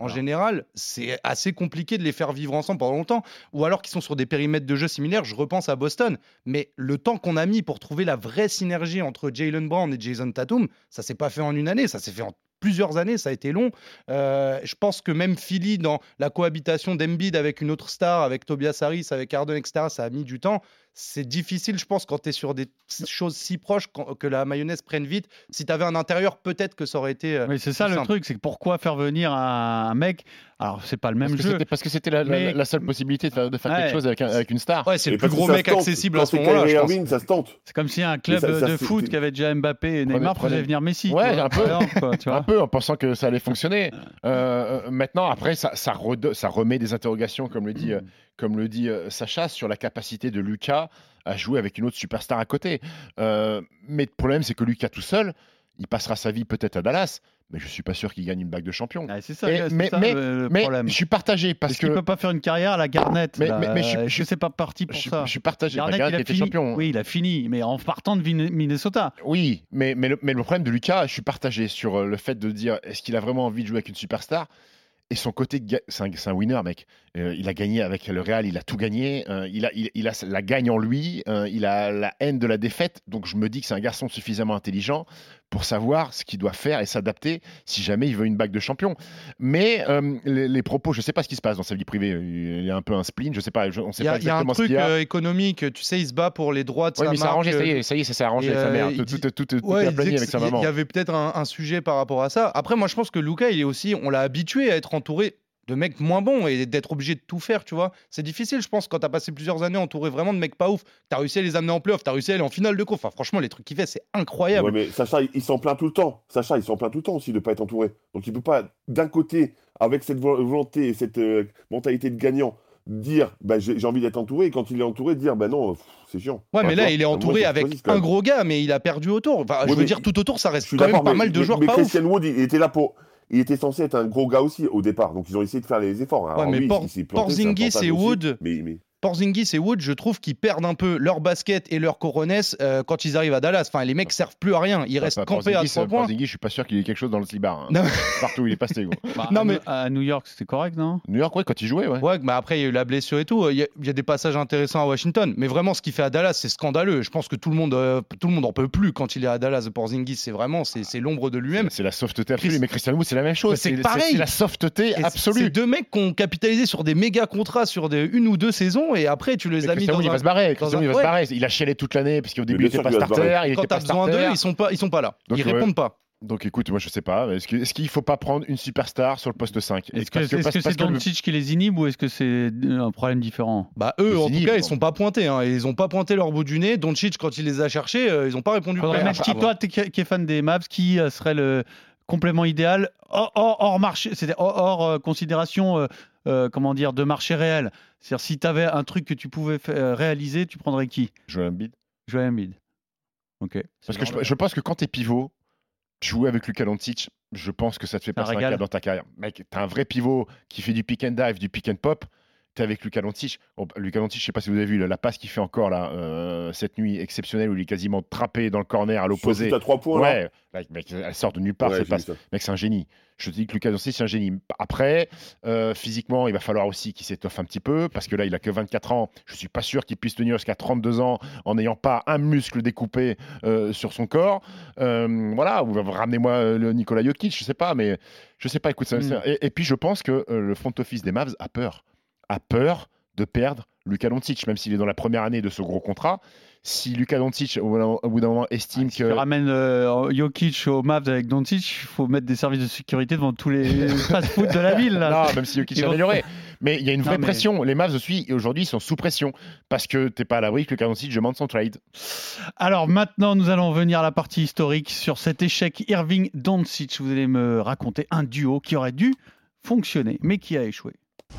En alors. général, c'est assez compliqué de les faire vivre ensemble pendant longtemps, ou alors qu'ils sont sur des périmètres de jeu similaires. Je repense à Boston, mais le temps qu'on a mis pour trouver la vraie synergie entre Jaylen Brown et Jason Tatum, ça s'est pas fait en une année, ça s'est fait en plusieurs années, ça a été long. Euh, je pense que même Philly, dans la cohabitation d'Embiid avec une autre star, avec Tobias Harris, avec Harden, et cetera, ça a mis du temps. C'est difficile, je pense, quand tu es sur des choses si proches que la mayonnaise prenne vite. Si tu avais un intérieur, peut-être que ça aurait été. Euh, oui, c'est ça le simple. truc, c'est que pourquoi faire venir un, un mec. Alors, c'est pas le même parce jeu. Que parce que c'était la, mais... la, la seule possibilité de faire, de faire ouais. quelque chose avec, un, avec une star. Ouais, c'est et le plus gros mec accessible à ce moment-là. Je Irving, ça se tente. C'est comme si un club ça, ça, de c'est, foot c'est... qui avait déjà Mbappé et Neymar faisait venir Messi. Ouais, quoi, un peu. Exemple, quoi, tu vois. Un peu, en pensant que ça allait fonctionner. euh, maintenant, après, ça, ça, rede... ça remet des interrogations, comme le dit, euh, comme le dit euh, Sacha, sur la capacité de Lucas à jouer avec une autre superstar à côté. Euh, mais le problème, c'est que Lucas tout seul, il passera sa vie peut-être à Dallas, mais je suis pas sûr qu'il gagne une bague de champion. Ah, c'est ça, et, c'est mais, ça mais, le, le mais problème. Je suis partagé parce Est-ce que qu'il peut pas faire une carrière à la Garnett. Mais, là, mais, mais je, je sais pas parti pour je, ça. Je suis partagé. Garnett, Garnett il a était fini. champion. Oui, il a fini, mais en partant de Minnesota. Oui, mais, mais, le, mais le problème de Lucas, je suis partagé sur le fait de dire est-ce qu'il a vraiment envie de jouer avec une superstar. Et son côté, c'est un, c'est un winner, mec. Euh, il a gagné avec le Real, il a tout gagné. Euh, il, a, il, il a la gagne en lui. Euh, il a la haine de la défaite. Donc je me dis que c'est un garçon suffisamment intelligent pour savoir ce qu'il doit faire et s'adapter si jamais il veut une bague de champion. Mais euh, les, les propos, je ne sais pas ce qui se passe dans sa vie privée. Il y a un peu un spleen, je ne sais pas. Je, on sait il y a, pas exactement ce qu'il y a. Il y a un truc euh, économique. Tu sais, il se bat pour les droits de oui, sa mais marque. Ça, arrangé, ça y est, ça y est, ça s'est arrangé avec sa mère. Tout, dit... tout, tout, tout, ouais, tout est aplani avec sa maman. Il y avait peut-être un, un sujet par rapport à ça. Après, moi, je pense que Luka, il est aussi, on l'a habitué à être entouré de mecs moins bons et d'être obligé de tout faire, tu vois. C'est difficile, je pense, quand t'as passé plusieurs années entouré vraiment de mecs pas ouf, t'as réussi à les amener en playoff, t'as réussi à aller en finale de conf. Enfin, franchement, les trucs qu'il fait, c'est incroyable. Ouais, mais Sacha, il, il s'en plaint tout le temps. Sacha, il s'en plaint tout le temps aussi de pas être entouré. Donc, il peut pas, d'un côté, avec cette volonté et cette euh, mentalité de gagnant, dire bah, j'ai, j'ai envie d'être entouré, et quand il est entouré, dire bah non, pff, c'est chiant. Ouais, enfin, mais là, vois, il est entouré moi, avec choisis, un gros gars, mais il a perdu autour. Enfin, ouais, je veux dire, il... tout autour, ça reste quand même pas mais, mal de mais, joueurs mais pas Christian ouf. Wood, il était là pour. Il était censé être un gros gars aussi au départ, donc ils ont essayé de faire les efforts. Alors, ouais, mais oui, Por- Porzingis et Wood, mais, mais... Porzingis et Wood, je trouve qu'ils perdent un peu leur basket et leur coronesse euh, quand ils arrivent à Dallas. Enfin, les mecs servent plus à rien. Ils enfin, restent pas, campés à trois points. Porzingis, je suis pas sûr qu'il y ait quelque chose dans le slibard. Hein. Partout où il est passé. Bah, non, à, mais... à New York, c'était correct, non ? New York, ouais, quand il jouait, ouais. Ouais, mais après, il y a eu la blessure et tout. Il y a, il y a des passages intéressants à Washington. Mais vraiment, ce qu'il fait à Dallas, c'est scandaleux. Je pense que tout le monde, euh, tout le monde en peut plus quand il est à Dallas. Porzingis, c'est vraiment, c'est, c'est l'ombre de lui-même. C'est, c'est la softté absolue. Chris... Mais Christian Wood, c'est la même chose. C'est, c'est pareil. C'est, c'est la softté absolue. C'est deux mecs qui ont capitalisé sur des méga contrats sur des, une ou deux saisons et après, tu les as mis dans il un... va se barrer. Christian un... il va ouais. se barrer. Il a chialé toute l'année parce qu'au début, il n'était pas starter. Il Quand était t'as pas besoin starter. d'eux, ils sont pas, ils sont pas là. Donc, ils ouais. répondent pas. Donc écoute, moi je sais pas, est-ce, que, est-ce qu'il faut pas prendre une superstar sur le poste cinq ? Est-ce que, que, est-ce que c'est Doncic le... qui les inhibe ou est-ce que c'est un problème différent ? Bah eux, en inhibe, tout cas, ils sont pas pointés. Hein. Ils ont pas pointé leur bout du nez. Doncic, quand il les a cherchés, euh, ils ont pas répondu. Faudrait mettre qui, toi, qui est fan des Mavs, qui euh, serait le complément idéal hors, hors, hors marché, c'était hors, hors euh, considération, euh, euh, comment dire, de marché réel. C'est-à-dire si tu avais un truc que tu pouvais f- euh, réaliser, tu prendrais qui ? Joel Embiid. Joel Embiid. Ok. Parce que je, je pense que quand t'es pivot, jouer avec Luka Doncic, je pense que ça te fait passer un cap dans ta carrière. Mec, t'as un vrai pivot qui fait du pick and dive, du pick and pop. T'es avec Luka Doncic. Bon, Luka Doncic, je sais pas si vous avez vu la, la passe qu'il fait encore là euh, cette nuit exceptionnelle où il est quasiment trappé dans le corner à l'opposé. Sur à trois points. Ouais, là. Mec, elle sort de nulle part. Ouais, cette passe. Mec, c'est un génie. Je te dis que Luka Doncic, c'est un génie. Après, euh, physiquement, il va falloir aussi qu'il s'étoffe un petit peu parce que là, il a que vingt-quatre ans. Je suis pas sûr qu'il puisse tenir jusqu'à trente-deux ans en n'ayant pas un muscle découpé euh, sur son corps. Euh, voilà, ou ramenez-moi le Nikola Jokic, je sais pas, mais je sais pas. Écoute, ça, mm. et, et puis je pense que euh, le front office des Mavs a peur. a peur de perdre Luka Doncic, même s'il est dans la première année de ce gros contrat. Si Luka Doncic, au, au bout d'un moment, estime ah, si que... Si tu ramènes euh, Jokic au Mavs avec Doncic, il faut mettre des services de sécurité devant tous les fast-food de la ville. Là. Non, même si Jokic est amélioré. Mais il y a une vraie non, mais... pression. Les Mavs aussi, aujourd'hui, sont sous pression parce que t'es pas à l'abri que Luka Doncic demande son trade. Alors maintenant, nous allons venir à la partie historique sur cet échec Irving-Doncic. Vous allez me raconter un duo qui aurait dû fonctionner, mais qui a échoué.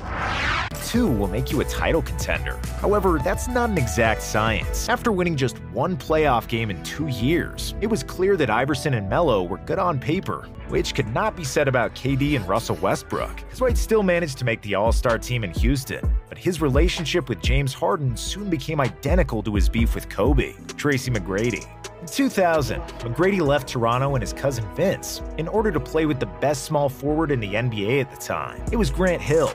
Two will make you a title contender. However, that's not an exact science. After winning just one playoff game in two years, it was clear that Iverson and Melo were good on paper, which could not be said about K D and Russell Westbrook. Dwight still managed to make the All-Star team in Houston, but his relationship with James Harden soon became identical to his beef with Kobe, Tracy McGrady. In two thousand, McGrady left Toronto and his cousin Vince in order to play with the best small forward in the N B A at the time. It was Grant Hill.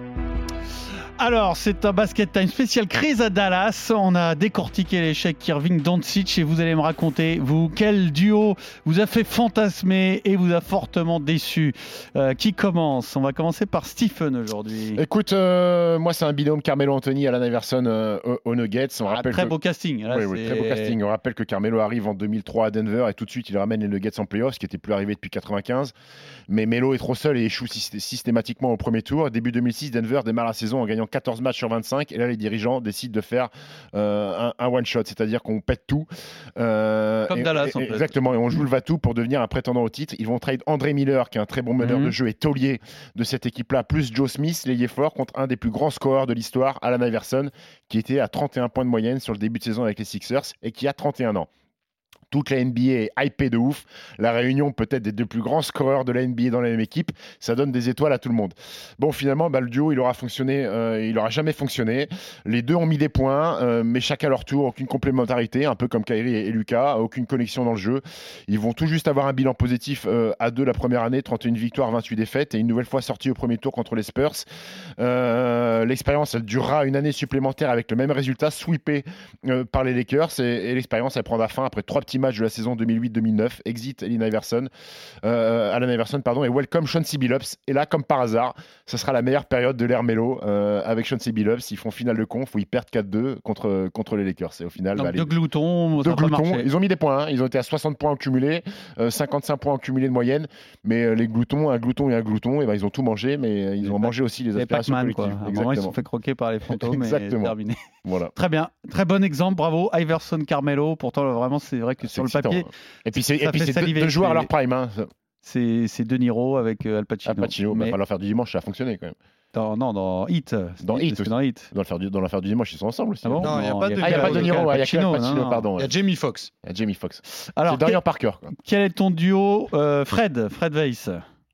Alors, c'est un basket time spécial crise à Dallas. On a décortiqué l'échec Irving-Doncic et vous allez me raconter, vous, quel duo vous a fait fantasmer et vous a fortement déçu. Euh, qui commence ? On va commencer par Stephen aujourd'hui. Écoute, euh, moi c'est un binôme Carmelo Anthony, Allen Iverson euh, aux Nuggets. On ah, rappelle très que... beau casting. Là, oui, oui, très beau casting. On rappelle que Carmelo arrive en deux mille trois à Denver et tout de suite il ramène les Nuggets en playoffs, ce qui n'était plus arrivé depuis quatre-vingt-quinze. Mais Melo est trop seul et échoue systématiquement au premier tour. Début deux mille six, Denver démarre la saison en gagnant quatorze matchs sur vingt-cinq et là les dirigeants décident de faire euh, un, un one shot, c'est-à-dire qu'on pète tout euh, comme et, Dallas et, en fait. Exactement, et on joue le va-tout pour devenir un prétendant au titre. Ils vont trade André Miller qui est un très bon meneur mm-hmm. de jeu et taulier de cette équipe-là, plus Joe Smith, l'ailier fort, contre un des plus grands scoreurs de l'histoire, Allen Iverson, qui était à trente et un points de moyenne sur le début de saison avec les Sixers et qui a trente et un ans. Toute la N B A est hypée de ouf. La réunion peut-être des deux plus grands scoreurs de la N B A dans la même équipe, ça donne des étoiles à tout le monde. Bon, finalement, bah, le duo, il aura fonctionné, euh, il aura jamais fonctionné. Les deux ont mis des points, euh, mais chacun à leur tour, aucune complémentarité, un peu comme Kyrie et, et Lucas, aucune connexion dans le jeu. Ils vont tout juste avoir un bilan positif euh, à deux la première année, trente et une victoires, vingt-huit défaites, et une nouvelle fois sorti au premier tour contre les Spurs. Euh, l'expérience, elle durera une année supplémentaire avec le même résultat, sweepé euh, par les Lakers, et, et l'expérience, elle prendra fin après trois petits match de la saison deux mille huit deux mille neuf, exit Allen Iverson, euh, Allen Iverson pardon, et welcome Chauncey Billups. Et là, comme par hasard, ce sera la meilleure période de l'ère Melo euh, avec Chauncey Billups. Ils font finale de conf où ils perdent quatre deux contre, contre les Lakers. Et au final, donc bah, deux les... gloutons, deux gloutons. Ils ont mis des points. Hein. Ils ont été à soixante points en cumulé, euh, cinquante-cinq points en cumulé de moyenne. Mais euh, les gloutons, un glouton et un glouton, et ben, ils ont tout mangé, mais euh, ils ont mangé aussi les aspirations Pac-Man, collectives. Quoi. À un moment, ils se sont fait croquer par les fantômes. Exactement. Et terminé. Voilà. Très bien, très bon exemple, bravo. Iverson, Carmelo. Pourtant, vraiment, c'est vrai que c'est sur excitant. le papier. Et puis c'est, et puis c'est deux, deux joueurs à leur prime. Hein. C'est, c'est De Niro avec euh, Al Pacino. Al Pacino, mais... bah, l'affaire du dimanche, ça a fonctionné quand même. Dans, non, dans Hit. Dans Hit, dans Hit. Dans l'affaire, du, dans l'affaire du dimanche, ils sont ensemble aussi. Ah bon non, il n'y a pas de, ah, y a pas de Niro, il y a que Al Pacino, pardon. Il y a Jamie Foxx. Il y a Jamie Foxx. Alors, c'est Dorian quel, Parker. Quoi. Quel est ton duo, euh, Fred, Fred Weiss?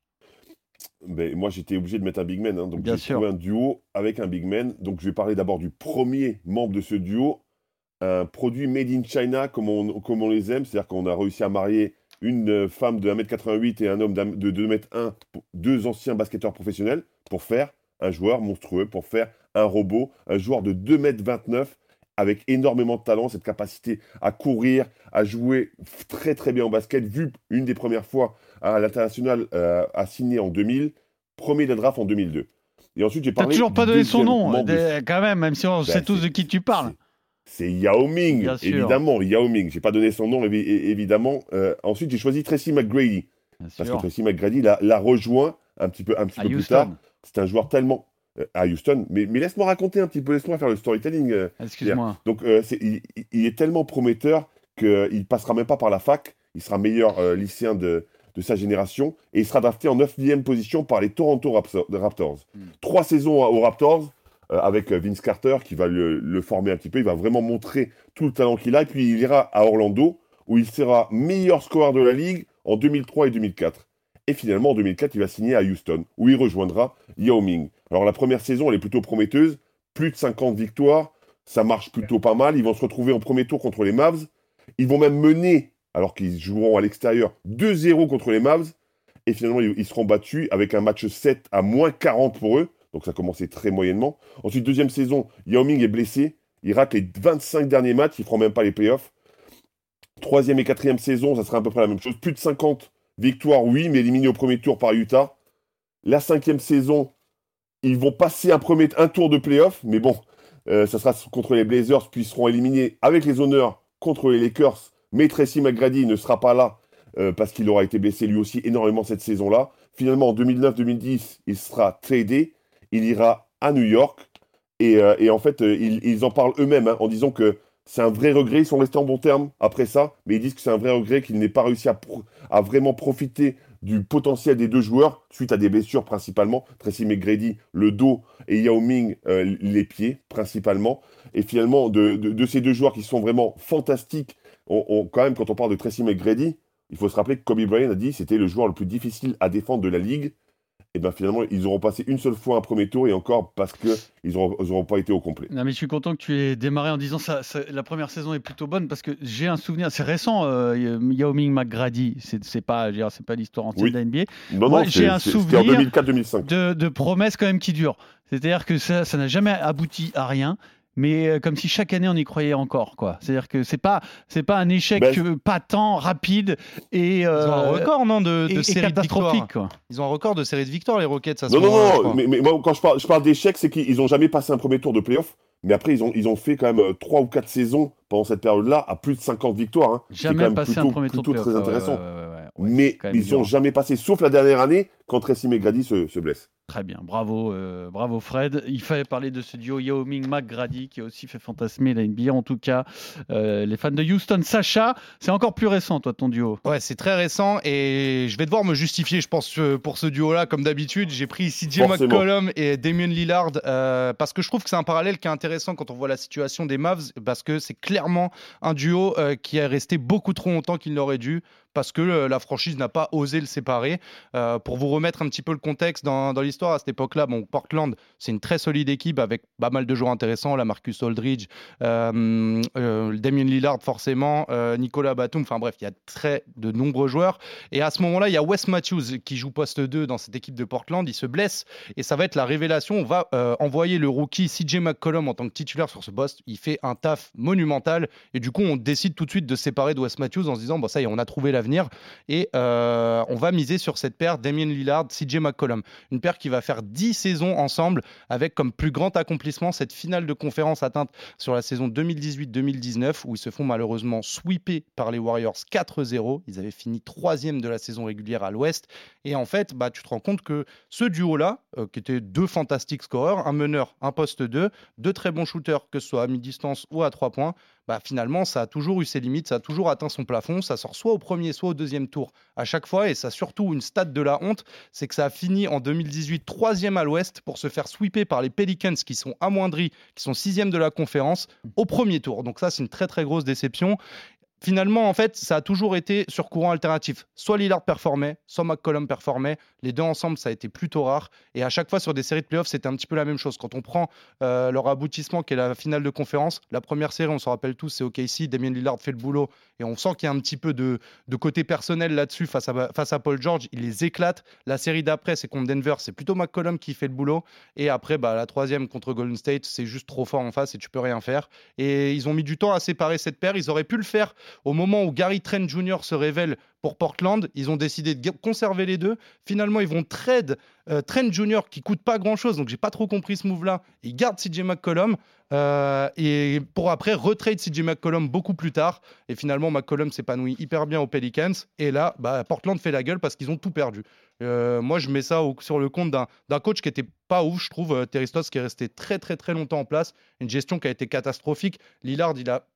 Ben, moi, j'étais obligé de mettre un big man. Hein, donc, Bien j'ai sûr. trouvé un duo avec un big man. Donc, je vais parler d'abord du premier membre de ce duo. Un produit made in China, comme on, comme on les aime. C'est-à-dire qu'on a réussi à marier une femme de un mètre quatre-vingt-huit et un homme de deux mètres un, deux anciens basketteurs professionnels, pour faire un joueur monstrueux, pour faire un robot, un joueur de deux mètres vingt-neuf, avec énormément de talent, cette capacité à courir, à jouer très très bien au basket, vu une des premières fois à l'international, euh, à signer en deux mille, premier de la draft en deux mille deux. Et ensuite, j'ai parlé. T'as toujours pas donné son nom, de... quand même, même si on ben, sait tous de qui tu parles. C'est Yao Ming, bien évidemment, Yao Ming. J'ai pas donné son nom, évidemment. Euh, ensuite, j'ai choisi Tracy McGrady. Bien parce sûr. que Tracy McGrady l'a, l'a rejoint un petit peu, un petit peu plus tard. C'est un joueur tellement... Euh, à Houston. Mais, mais laisse-moi raconter un petit peu, laisse-moi faire le storytelling. Euh, Excuse-moi. Donc, euh, c'est, il, il est tellement prometteur qu'il ne passera même pas par la fac. Il sera meilleur euh, lycéen de, de sa génération. Et il sera drafté en neuvième position par les Toronto Raptors. Mm. Trois saisons aux Raptors. Euh, avec Vince Carter qui va le, le former un petit peu, il va vraiment montrer tout le talent qu'il a, et puis il ira à Orlando, où il sera meilleur scoreur de la Ligue en deux mille trois et deux mille quatre. Et finalement, en deux mille quatre, il va signer à Houston, où il rejoindra Yao Ming. Alors la première saison, elle est plutôt prometteuse, plus de cinquante victoires, ça marche plutôt pas mal, ils vont se retrouver en premier tour contre les Mavs, ils vont même mener, alors qu'ils joueront à l'extérieur, deux zéro contre les Mavs, et finalement, ils, ils seront battus avec un match sept à moins quarante pour eux. Donc ça commençait très moyennement. Ensuite, deuxième saison, Yao Ming est blessé. Il rate les vingt-cinq derniers matchs. Il ne fera même pas les playoffs. Troisième et quatrième saison, ça sera à peu près la même chose. Plus de cinquante victoires, oui, mais éliminé au premier tour par Utah. La cinquième saison, ils vont passer un, premier, un tour de playoffs. Mais bon, euh, ça sera contre les Blazers, puis ils seront éliminés avec les honneurs contre les Lakers. Mais Tracy McGrady ne sera pas là euh, parce qu'il aura été blessé lui aussi énormément cette saison-là. Finalement, en deux mille neuf deux mille dix, il sera tradé. Il ira à New York et, euh, et en fait, euh, ils, ils en parlent eux-mêmes hein, en disant que c'est un vrai regret. Ils sont restés en bon terme après ça, mais ils disent que c'est un vrai regret qu'il n'ait pas réussi à, pro- à vraiment profiter du potentiel des deux joueurs suite à des blessures principalement. Tracy McGrady, le dos, et Yao Ming, euh, les pieds principalement. Et finalement, de, de, de ces deux joueurs qui sont vraiment fantastiques, on, on, quand même, quand on parle de Tracy McGrady, il faut se rappeler que Kobe Bryant a dit que c'était le joueur le plus difficile à défendre de la Ligue. et ben finalement, ils auront passé une seule fois un premier tour et encore parce qu'ils n'auront pas été au complet. Non, mais je suis content que tu aies démarré en disant ça, ça la première saison est plutôt bonne parce que j'ai un souvenir, c'est récent, euh, Yao Ming McGrady, c'est, c'est pas, c'est pas l'histoire entière oui. de la N B A. Non, Moi, non, j'ai c'est, un c'est, souvenir en deux mille quatre deux mille cinq. De, de promesses quand même qui durent. C'est-à-dire que ça, ça n'a jamais abouti à rien. Mais comme si chaque année on y croyait encore, quoi. C'est-à-dire que c'est pas c'est pas un échec ben, patent, rapide et euh, ils ont un record non de, de et, série et de victoires. Quoi. Ils ont un record de série de victoires les Rockets. À ce non non moment-là, non. Mais, mais moi quand je parle je parle d'échec, c'est qu'ils ont jamais passé un premier tour de play-off. Mais après ils ont ils ont fait quand même trois ou quatre saisons pendant cette période-là à plus de cinquante victoires. Hein. Jamais c'est quand passé même plutôt, un premier tour de plutôt très intéressant. ouais, ouais, ouais, ouais, ouais, mais ils n'ont jamais passé, sauf la dernière année quand Tracy McGrady se, se blesse. Très bien, bravo, euh, bravo Fred. Il fallait parler de ce duo Yao Ming McGrady qui a aussi fait fantasmer la N B A. En tout cas, euh, les fans de Houston. Sacha, c'est encore plus récent, toi, ton duo. Ouais, c'est très récent et je vais devoir me justifier, je pense, pour ce duo-là, comme d'habitude. J'ai pris C J McCollum et Damian Lillard euh, parce que je trouve que c'est un parallèle qui est intéressant quand on voit la situation des Mavs, parce que c'est clairement un duo euh, qui est resté beaucoup trop longtemps qu'il n'aurait dû. Parce que la franchise n'a pas osé le séparer. Euh, pour vous remettre un petit peu le contexte dans, dans l'histoire, à cette époque-là, bon, Portland, c'est une très solide équipe avec pas mal de joueurs intéressants, la Marcus Aldridge, euh, euh, Damian Lillard forcément, euh, Nicolas Batum, enfin bref, il y a très de nombreux joueurs. Et à ce moment-là, il y a Wes Matthews qui joue poste deux dans cette équipe de Portland, il se blesse et ça va être la révélation. On va euh, envoyer le rookie C J McCollum en tant que titulaire sur ce poste. Il fait un taf monumental et du coup, on décide tout de suite de se séparer de Wes Matthews en se disant, bon, ça y est, on a trouvé l'avenir. Et euh, on va miser sur cette paire Damian Lillard, C J McCollum. Une paire qui va faire dix saisons ensemble avec comme plus grand accomplissement cette finale de conférence atteinte sur la saison deux mille dix-huit deux mille dix-neuf où ils se font malheureusement sweeper par les Warriors quatre zéro. Ils avaient fini troisième de la saison régulière à l'Ouest. Et en fait, bah, tu te rends compte que ce duo-là, euh, qui était deux fantastiques scoreurs, un meneur, un poste deux, deux très bons shooters, que ce soit à mi-distance ou à trois points, bah, finalement, ça a toujours eu ses limites, ça a toujours atteint son plafond, ça sort soit au premier, soit au deuxième tour à chaque fois, et ça a surtout une stat de la honte, c'est que ça a fini en deux mille dix-huit troisième à l'Ouest pour se faire sweeper par les Pelicans qui sont amoindris, qui sont sixième de la conférence au premier tour. Donc ça, c'est une très très grosse déception. Finalement, en fait, ça a toujours été sur courant alternatif. Soit Lillard performait, soit McCollum performait. Les deux ensemble, ça a été plutôt rare. Et à chaque fois, sur des séries de playoffs, c'était un petit peu la même chose. Quand on prend euh, leur aboutissement, qui est la finale de conférence, la première série, on s'en rappelle tous, c'est O K C. Damian Lillard fait le boulot. Et on sent qu'il y a un petit peu de, de côté personnel là-dessus face à, face à Paul George. Il les éclate. La série d'après, c'est contre Denver. C'est plutôt McCollum qui fait le boulot. Et après, bah, la troisième contre Golden State, c'est juste trop fort en face et tu peux rien faire. Et ils ont mis du temps à séparer cette paire. Ils auraient pu le faire au moment où Gary Trent junior se révèle pour Portland. Ils ont décidé de conserver les deux. Finalement, ils vont trade euh, Trent junior qui coûte pas grand-chose, donc j'ai pas trop compris ce move-là. Ils gardent C J McCollum euh, et pour après retrade C J McCollum beaucoup plus tard. Et finalement, McCollum s'épanouit hyper bien aux Pelicans. Et là, bah, Portland fait la gueule parce qu'ils ont tout perdu. Euh, moi, je mets ça au, sur le compte d'un, d'un coach qui était pas ouf, je trouve. Terry Stotts qui est resté très très très longtemps en place. Une gestion qui a été catastrophique. Lillard, il a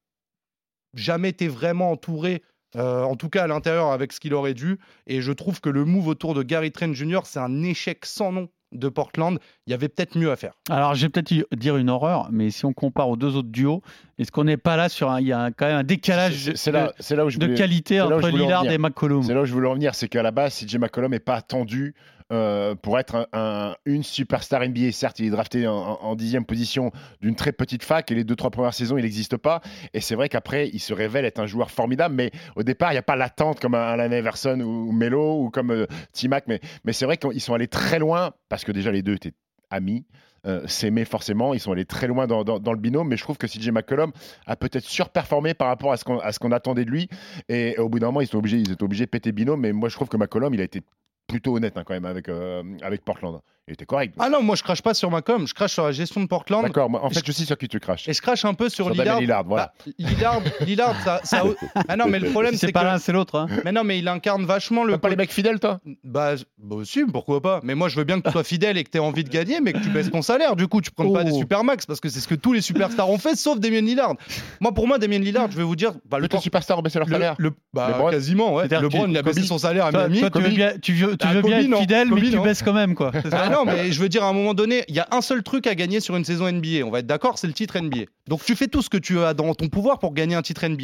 jamais été vraiment entouré, euh, en tout cas à l'intérieur, avec ce qu'il aurait dû. Et je trouve que le move autour de Gary Trent junior, c'est un échec sans nom de Portland. Il y avait peut-être mieux à faire. Alors, je vais peut-être dire une horreur, mais si on compare aux deux autres duos, est-ce qu'on n'est pas là sur un... Il y a un, quand même un décalage c'est, c'est là, c'est là où je de voulais, qualité entre Lillard et McCollum. C'est là où je voulais en venir, c'est qu'à la base, C J McCollum n'est pas attendu Euh, pour être un, un, une superstar N B A. Certes, il est drafté en, en dixième position d'une très petite fac et les deux, trois premières saisons, il n'existe pas. Et c'est vrai qu'après, il se révèle être un joueur formidable, mais au départ, il n'y a pas l'attente comme un Allen Iverson ou, ou Melo ou comme euh, T-Mac. Mais, mais c'est vrai qu'ils sont allés très loin parce que déjà, les deux étaient amis. Euh, s'aimer forcément, ils sont allés très loin dans, dans, dans le binôme, mais je trouve que C J McCollum a peut-être surperformé par rapport à ce qu'on, à ce qu'on attendait de lui, et, et au bout d'un moment ils, sont obligés, ils étaient obligés de péter binôme, mais moi je trouve que McCollum il a été plutôt honnête hein, quand même avec, euh, avec Portland. Il était correct. Ah non, moi je crache pas sur McCollum, je crache sur la gestion de Portland. D'accord, moi, en fait je, je sais sur qui tu craches. Et je crache un peu sur, sur Lillard. Lillard, voilà. Bah, Lillard, Lillard ça, ça... Ah non, mais le problème c'est, c'est pas que... l'un, c'est l'autre. Hein. Mais non, mais il incarne vachement le. T'as pas les mecs fidèles, toi? Bah, bah aussi, pourquoi pas. Mais moi je veux bien que tu sois fidèle et que tu aies envie de gagner, mais que tu baisses ton salaire. Du coup, tu prends oh. pas des supermax parce que c'est ce que tous les superstars ont fait, sauf Damian Lillard. Moi, pour moi, Damian Lillard, je vais vous dire. Bah, le temps superstars ont baissé leur salaire. Le, le, bah, LeBron. Quasiment, ouais. C'est-à-dire LeBron, il a baissé son salaire à toi, Miami. Toi, tu veux bien, tu veux, tu veux ah, bien Kobe, être fidèle, Kobe, mais tu baisses quand même, quoi. Ah non, mais je veux dire, à un moment donné, il y a un seul truc à gagner sur une saison N B A. On va être d'accord, c'est le titre N B A. Donc tu fais tout ce que tu as dans ton pouvoir pour gagner un titre N B A.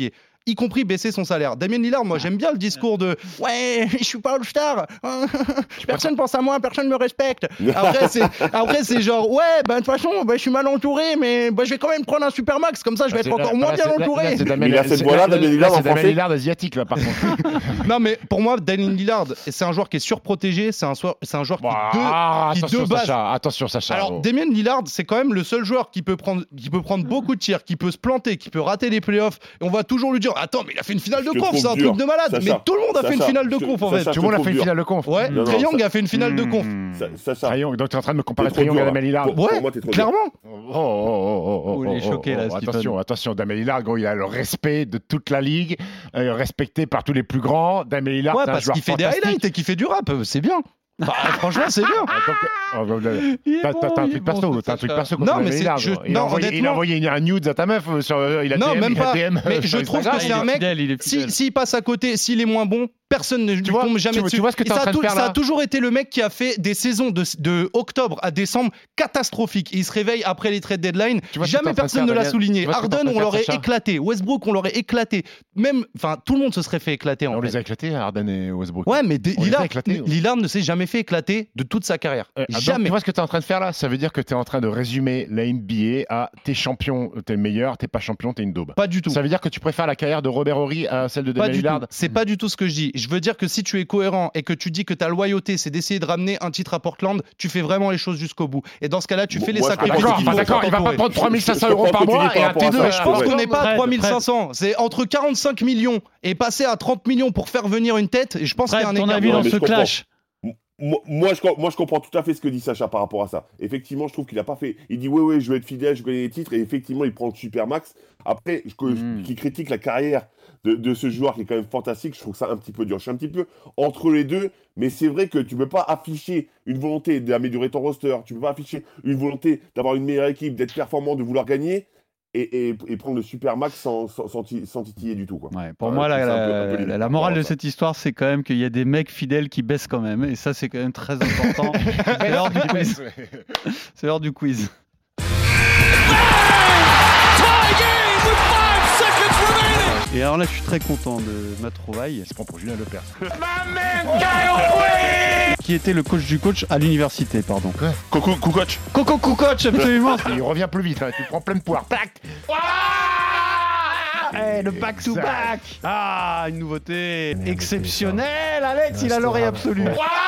y compris baisser son salaire. Damien Lillard, moi j'aime bien le discours de « Ouais, je suis pas All-Star, personne pense à moi, personne me respecte. » Après c'est, après, c'est genre « Ouais, ben de toute façon, ben, je suis mal entouré, mais ben, je vais quand même prendre un Supermax, comme ça je vais être encore moins bien entouré. » Il a cette voix-là, Damien Lillard, en Damien français. Lillard asiatique, là, par contre. Non, mais pour moi, Damien Lillard, c'est un joueur qui est surprotégé, c'est un, soir- c'est un joueur qui, Ah, de, qui attention, de base... Sacha, attention, Sacha. Alors, oh. Damien Lillard, c'est quand même le seul joueur qui peut prendre, qui peut prendre beaucoup de tirs, qui peut se planter, qui peut rater les playoffs. Et on va toujours lui dire Attends, mais il a fait une finale de Je te conf, trouve c'est un dur. truc de malade. Sacha, mais tout le monde a Sacha, fait une finale de je te- conf en Sacha, fait. je Tout le monde a trouve fait une dur. finale de conf. Ouais, Non, non, Trae Young ça- a fait une finale de conf. Hmm. Ça- Sacha, Trae Young, donc tu es en train de me comparer T'es Trae trop Young à dur, Damien là. Lillard. Pour- Ouais, pour moi, t'es trop dur. clairement. Oh, oh, oh, oh, Oh, il est oh, choqué, là, oh, Stephen. attention, attention, Damien Lillard, gros, il a le respect de toute la ligue, euh, respecté par tous les plus grands. Damien Lillard, Ouais, c'est un parce joueur qu'il fait des fantastique. highlights et qu'il fait du rap, c'est bien. Bah, franchement, c'est bien. Ah, donc, oh, oh, oh, Il est T'as bon, t'as- t'as un il est truc bon, perso, ce t'as un truc Sacha. perso Non, contre mais Damien c'est- Lillard, je- gros. Il non, a envoyé- il honnêtement- a envoyé un nude à ta meuf euh, sur euh, il a Non, D M, même il a pas. D M, Mais euh, je sur trouve Instagram. que c'est il un est mec. fidèle, il est Si- fidèle. S'il passe à côté, s'il est moins bon, personne ne lui vois- tombe jamais tu- tu dessus. vois ce que Et t'es en ça a train de tou- faire, ça a là toujours été le mec qui a fait des saisons de, de octobre à décembre catastrophiques. Il se réveille après les trade deadline. Tu vois ce que t'es Jamais en train de personne faire, ne l'a Daniel souligné. Tu vois ce que t'es en Harden, train de on faire, l'aurait Sacha éclaté. Westbrook, on l'aurait éclaté. Même, enfin, tout le monde se serait fait éclater en On les fait. a éclatés, Harden et Westbrook. Ouais, mais des- On les a Lillard, éclatés, ouais. Lillard ne s'est jamais fait éclater de toute sa carrière. Euh, donc, Jamais. tu vois ce que tu es en train de faire là? Ça veut dire que tu es en train de résumer la N B A à t'es champion, t'es le meilleur, t'es pas champion, t'es une daube. Pas du tout. Ça veut dire que tu préfères la carrière de Robert Horry à celle de Pas Damien du Lillard? tout. C'est pas du tout ce que je dis. Je veux dire que si tu es cohérent et que tu dis que ta loyauté, c'est d'essayer de ramener un titre à Portland, tu fais vraiment les choses jusqu'au bout. Et dans ce cas-là, tu Moi, fais les moi, je- Ah, sacrifices d'accord, qu'il ah, faut d'accord, pour il va pas t'entourer. prendre trois mille cinq cents Je euros comprends par ce que tu mois dis et par un rapport à T deux. ça. Mais je pense Ouais. qu'on n'est pas à Fred, trois mille cinq Fred. cents. C'est entre quarante-cinq millions et passer à trente millions pour faire venir une tête. Et je pense qu'il y a un Fred, ton écart. avis Ouais, dans mais ce je comprends. clash? Moi, moi, je, com- moi, je comprends tout à fait ce que dit Sacha par rapport à ça. Effectivement, je trouve qu'il a pas fait. Il dit, oui, oui, je veux être fidèle, je connais les titres, et effectivement, il prend le Supermax. Après, je, Mm. qui critique la carrière de, de ce joueur qui est quand même fantastique, je trouve ça un petit peu dur. Je suis un petit peu entre les deux, mais c'est vrai que tu peux pas afficher une volonté d'améliorer ton roster, tu peux pas afficher une volonté d'avoir une meilleure équipe, d'être performant, de vouloir gagner. Et, et, et prendre le Supermax sans, sans, sans, ti- sans titiller du tout. Quoi. Ouais, pour Ouais, moi, la, c'est un peu- un peu la- limite la par morale rapport de à ça. cette histoire, c'est quand même qu'il y a des mecs fidèles qui baissent quand même. Et ça, c'est quand même très important. C'est l'heure du quiz. C'est l'heure du quiz. Et alors là, je suis très content de ma trouvaille. Il se prend pour Julien Lepers. Qui était le coach du coach à l'université, pardon. Coco, coach. Coco Coach, absolument. Il revient plus vite, hein, tu prends plein de poire. Tac. Eh, le back to back. Ah, une nouveauté exceptionnelle. Alex, il a l'oreille absolue.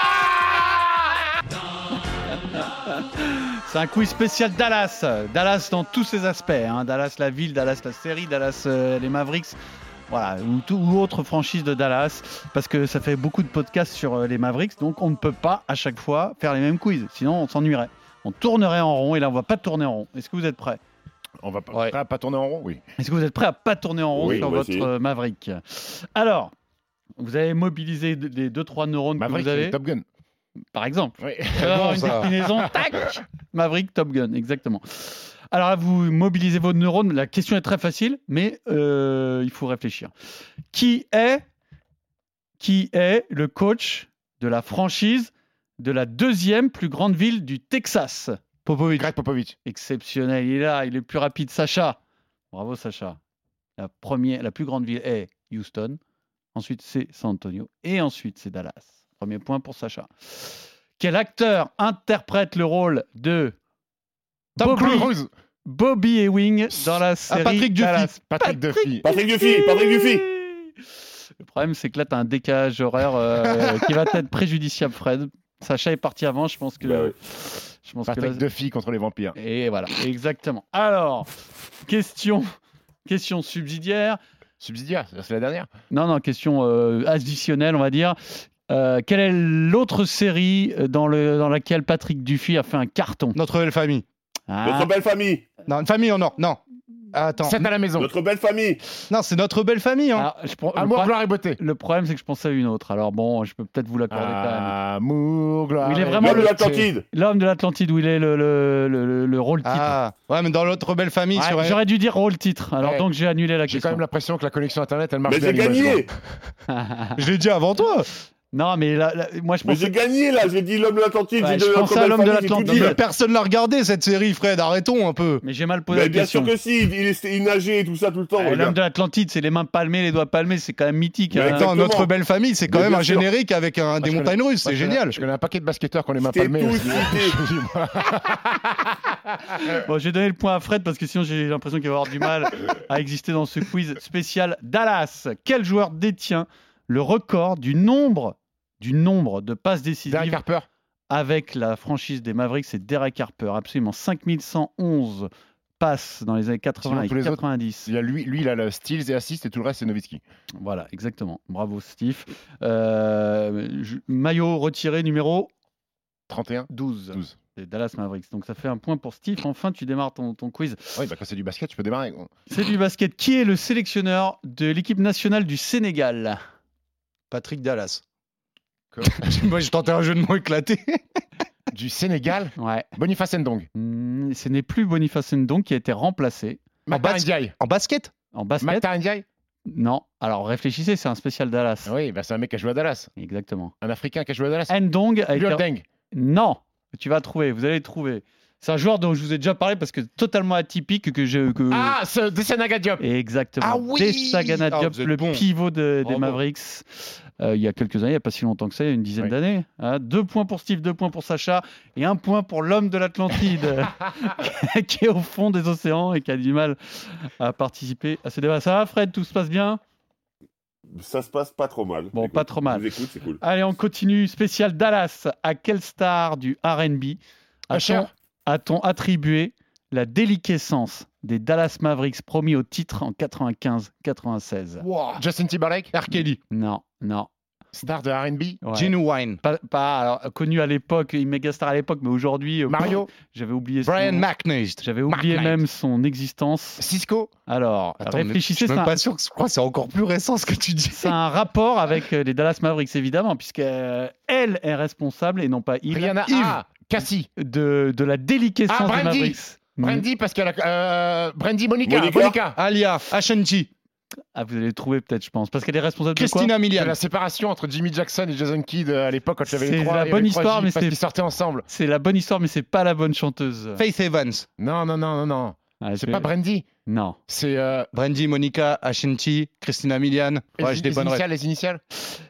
C'est un quiz spécial Dallas. Dallas dans tous ses aspects. Hein. Dallas la ville, Dallas la série, Dallas euh, les Mavericks. Voilà, ou, tout, ou autre franchise de Dallas. Parce que ça fait beaucoup de podcasts sur euh, les Mavericks. Donc on ne peut pas à chaque fois faire les mêmes quiz. Sinon on s'ennuierait. On tournerait en rond et là on va pas tourner en rond. Est-ce que vous êtes prêts? On va pas, Ouais. pas, pas tourner en rond, oui. Est-ce que vous êtes prêts à pas tourner en rond Oui, sur on va votre essayer. euh, Maverick? Alors, vous avez mobilisé d- les deux trois neurones Maverick, que vous avez, c'est Top Gun. par exemple. Oui. On va avoir bon, une ça. déclinaison, tac, Maverick, Top Gun, exactement. Alors là, vous mobilisez vos neurones. La question est très facile, mais euh, il faut réfléchir. Qui est, qui est le coach de la franchise de la deuxième plus grande ville du Texas? Popovic. Greg Popovic. Exceptionnel, il est là, il est plus rapide. Sacha, bravo Sacha. La première, la plus grande ville est Houston. Ensuite, c'est San Antonio. Et ensuite, c'est Dallas. Premier point pour Sacha. Quel acteur interprète le rôle de Tom Bobby, Cruise. Bobby Ewing dans la série Patrick Duffy. Dallas? Patrick Duffy. Patrick Duffy, Patrick Duffy. Le problème, c'est que là, tu as un décalage horaire euh, qui va être préjudiciable, Fred. Sacha est parti avant, je pense que... Bah oui. je pense que Patrick là- Duffy contre les vampires. Et voilà, exactement. Alors, question, question subsidiaire. Subsidiaire, c'est la dernière. Non, non, question euh, additionnelle, on va dire. Euh, quelle est l'autre série dans, le, dans laquelle Patrick Duffy a fait un carton? Notre belle famille. Ah, Notre belle famille. Non, une famille en or. Non. Ah, attends. C'est à la maison. Notre belle famille. Non, c'est notre belle famille. Hein. alors, je prends- le, Amour, problème, gloire et beauté. le problème, c'est que je pensais à une autre. Alors bon, je peux peut-être vous l'accorder quand même. Amour, gloire. Il est et vraiment L'homme de le- l'Atlantide. L'homme de l'Atlantide, où il est le, le, le, le- le rôle titre. Ah, ouais, mais dans notre belle famille. Ouais, sur... J'aurais dû dire rôle titre. Alors Ouais. donc j'ai annulé la J'ai quand question. même l'impression que la connexion internet elle marche Mais bien. j'ai à Limoges, gagné. donc. Je l'ai dit avant toi. Non, mais là, là, moi je Mais pensais... j'ai gagné là, j'ai dit l'homme de l'Atlantide, Ouais, j'ai je donné pensais notre à l'homme de belle famille, j'ai tout l'Atlantide. dit. Mais personne l'a regardé cette série, Fred. Arrêtons un peu. Mais j'ai mal posé Mais la bien question. sûr que si, il, il, il nageait et tout ça tout le temps. Ouais, regarde. l'homme de l'Atlantide, c'est les mains palmées, les doigts palmés, c'est quand même mythique. Mais hein. Attends, exactement. notre belle famille, c'est quand Mais même bien un sûr. générique avec un, des je montagnes russes. Moi, C'est je connais- génial. Je connais un paquet de basketteurs qu'on les mains C'était palmées. tous aussi. cités. Bon, j'ai donné le point à Fred parce que sinon j'ai l'impression qu'il va avoir du mal à exister dans ce quiz spécial Dallas. Quel joueur détient le record du nombre, du nombre de passes décisives Derek Harper. avec la franchise des Mavericks? C'est Derek Harper, absolument. cinq mille cent onze passes dans les années quatre-vingts Sinon, et tous les autres, quatre-vingt-dix. Il y a lui, lui, il a le steals et assists et tout le reste, c'est Nowitzki. Voilà, exactement. Bravo, Steve. Euh, je- maillot retiré numéro trente et un douze. douze. C'est Dallas Mavericks. Donc ça fait un point pour Steve. Enfin, tu démarres ton, ton quiz. Oui, bah, quand c'est du basket, tu peux démarrer. Gros. C'est du basket. Qui est le sélectionneur de l'équipe nationale du Sénégal? Patrick Dallas. Quoi Moi, je tentais un jeu de mots éclaté. Du Sénégal, Ouais. Boniface Ndong. Hmm, ce n'est plus Boniface Ndong qui a été remplacé Mata bas- Ndiaye. En basket en basket. Mata Ndiaye. Non. Alors réfléchissez, c'est un spécial Dallas. Oui, bah, c'est un mec qui a joué à Dallas. Exactement. Un Africain qui a joué à Dallas. Ndong a été... Luol Deng. Non. Tu vas trouver. Vous allez le trouver. C'est un joueur dont je vous ai déjà parlé parce que totalement atypique que je. Que... Ah, ce Desanaga Diop. Exactement. Ah oui Desagana Ah, Diop, vous êtes le bon. pivot de- des Bravo. Mavericks. Euh, il y a quelques années, il n'y a pas si longtemps que ça, il y a une dizaine Oui. d'années. Hein. Deux points pour Steve, deux points pour Sacha et un point pour l'homme de l'Atlantide qui est au fond des océans et qui a du mal à participer à ce débat. Ça va, Fred? Tout se passe bien? Ça se passe pas trop mal. Bon, Écoute, pas trop mal. Je vous écoute, c'est cool. Allez, on continue. Spécial Dallas. À quelle star du R and B Usher. a-t-on a-t-on attribué la déliquescence des Dallas Mavericks promis au titre en quatre-vingt-quinze quatre-vingt-seize? Justin Timberlake. R. Kelly. Non, non. Star de R and B. Ouais. Genuine. Pas, pas alors, connu à l'époque, méga star à l'époque, mais aujourd'hui, euh, Mario. j'avais oublié son- Brian McNeist. J'avais oublié Mark Knight. même son existence. Cisco. Alors, Attends, mais réfléchissez, je suis c'est même un, pas sûr que je crois que c'est encore plus récent ce que tu dis. c'est un rapport avec euh, les Dallas Mavericks, évidemment, puisque euh, elle est responsable et non pas il Rihanna. Yves, Ah, Cassie. de, de la déliquescence Ah, des Brandy. Mavericks. Brandy, parce qu'elle a. Euh, Brandy Monica. Monica. Monica. Alia, Ashanti, Ah, vous allez le trouver peut-être, je pense, parce qu'elle est responsable Christina De Milian. la séparation entre Jimmy Jackson et Jason Kidd euh, à l'époque quand il y avait C'est les trois. la il y avait bonne les trois histoire, J, mais parce c'est- qu'ils sortaient ensemble. de quoi? C'est la bonne histoire, mais c'est pas la bonne chanteuse. Faith Evans. Non, non, non, non, non. Ah, C'est je- pas Brandy. Non. C'est. Euh, Brandy, Monica, Ashanti, Christina Milian. Ouais, les, je les déconnerais. initiales, les initiales.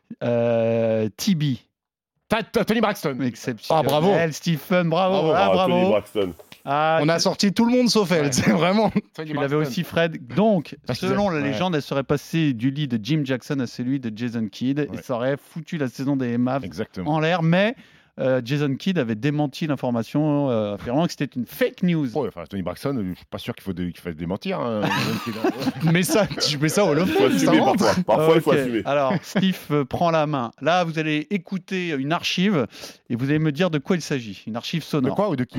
Euh, T B. Ta- ta- Tony Braxton. Exceptionnel. Ah, bravo. Stephen, bravo. Bravo. Ah, Ah, Tony bravo. Braxton. Ah, On a tu- sorti tout le monde sauf elle. Ouais. C'est vraiment. Tony Tu l'avais Braxton. aussi, Fred. Donc, Parce qu'ils selon avaient- la ouais. légende, elle serait passée du lit de Jim Jackson à celui de Jason Kidd. Et Ouais. ça aurait foutu la saison des Mavs Exactement. en l'air. Mais euh, Jason Kidd avait démenti l'information, euh, affirmant que c'était une fake news. Ouais, enfin, Tony Braxton, je suis pas sûr qu'il faut dé- qu'il fasse démentir. Hein, Jason Kidd, hein. Mais ça, tu mets ça au Il loft. faut assumer parfois. Parfois, il faut Ok. assumer. Alors, Steve euh, prend la main. Là, vous allez écouter une archive et vous allez me dire de quoi il s'agit. Une archive De sonore. quoi ou de qui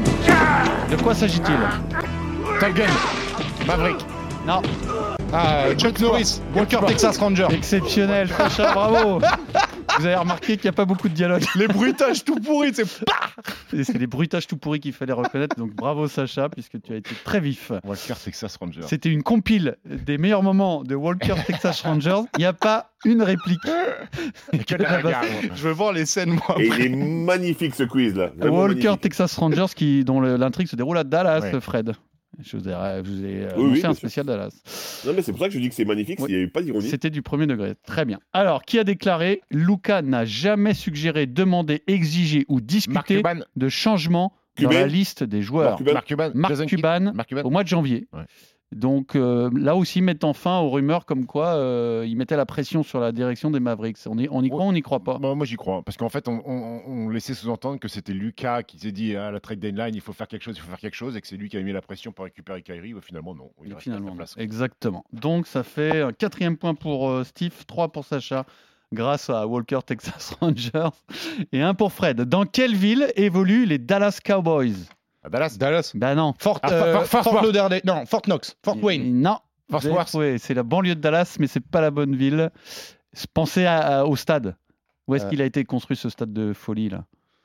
De quoi s'agit-il? Top Gun. Maverick. Non. Ah, Chuck Norris, Walker Texas Ranger. Exceptionnel, Sacha, bravo. Vous avez remarqué qu'il n'y a pas beaucoup de dialogue. Les bruitages tout pourris, c'est. Et c'est les bruitages tout pourris qu'il fallait reconnaître. Donc bravo Sacha, puisque tu as été très vif. Walker Texas Ranger. C'était une compile des meilleurs moments de Walker Texas Rangers. Il n'y a pas une réplique. Que de la bagarre, moi. Je veux voir les scènes, moi. Et il est magnifique ce quiz là. Vraiment Walker magnifique. Texas Rangers, qui, dont le- l'intrigue se déroule à Dallas, Ouais. Fred. Je vous ai, je vous ai Oui, annoncé oui, un bien spécial Dallas. Non mais c'est pour ça que je dis que c'est magnifique, Oui. s'il n'y avait pas d'ironie. C'était du premier degré. Très bien. Alors, qui a déclaré Luka n'a jamais suggéré, demandé, exigé ou Mark discuté Cuban. de changement dans Cuban la liste des joueurs? Mark Cuban. Mark Cuban. Mark Jason Kidd. Cuban, Mark Cuban. au mois de janvier. Ouais. Donc euh, là aussi, mettant fin aux rumeurs comme quoi euh, il mettait la pression sur la direction des Mavericks. On y, on y croit, on n'y croit pas. Bah, moi j'y crois, parce qu'en fait on, on- on laissait sous-entendre que c'était Lucas qui s'est dit à la trade deadline il faut faire quelque chose, il faut faire quelque chose, et que c'est lui qui a mis la pression pour récupérer Kyrie. Bah, finalement non, il Et reste à finalement, sa place. exactement. Donc ça fait un quatrième point pour euh, Steve, trois pour Sacha, grâce à Walker Texas Rangers, et un pour Fred. Dans quelle ville évoluent les Dallas Cowboys? À Dallas. Dallas. Ben non. Fort, Ah, euh, Fort- Fort Fort Worth. Lauderdale. Non, Fort Knox. Fort Wayne. Non. Fort Vous avez Worth. trouvé. C'est la banlieue de Dallas, mais c'est pas la bonne ville. Pensez à- à- au stade. Où est-ce Euh. qu'il a été construit ce stade de folie là?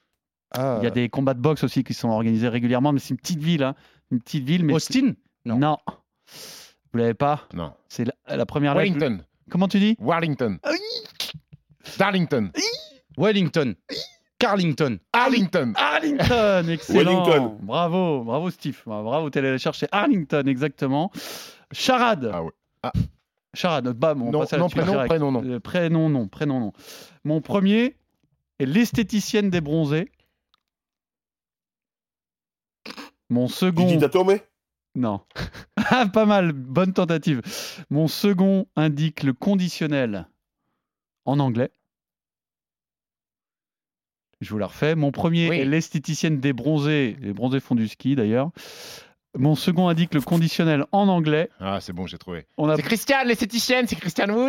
Ah, Il y a des combats de boxe aussi qui sont organisés régulièrement, mais c'est une petite ville, hein. Une petite ville, mais Austin. non. Non. Vous l'avez pas? Non. C'est la, la première lettre. Wellington. Comment tu dis? Warlington. Darlington. Wellington. Carlington. Arlington. Arlington, excellent. Wellington. Bravo, bravo Steve. Bravo, t'es allé chercher Arlington, exactement. Charade. Ah ouais. Ah. Charade, bam, on Non, passe à non, la suite prénom, direct. prénom, non. Euh, prénom, non. Prénom, non. Mon premier est l'esthéticienne des bronzés. Mon second... Gigi Datome. Non. Ah, pas mal, bonne tentative. Mon second indique le conditionnel en anglais. Je vous la refais. Mon premier Oui. est l'esthéticienne des bronzés. Les bronzés font du ski d'ailleurs. Mon second indique le conditionnel en anglais. Ah, c'est bon, j'ai trouvé. On a... C'est Christiane, l'esthéticienne, c'est Christian Wood.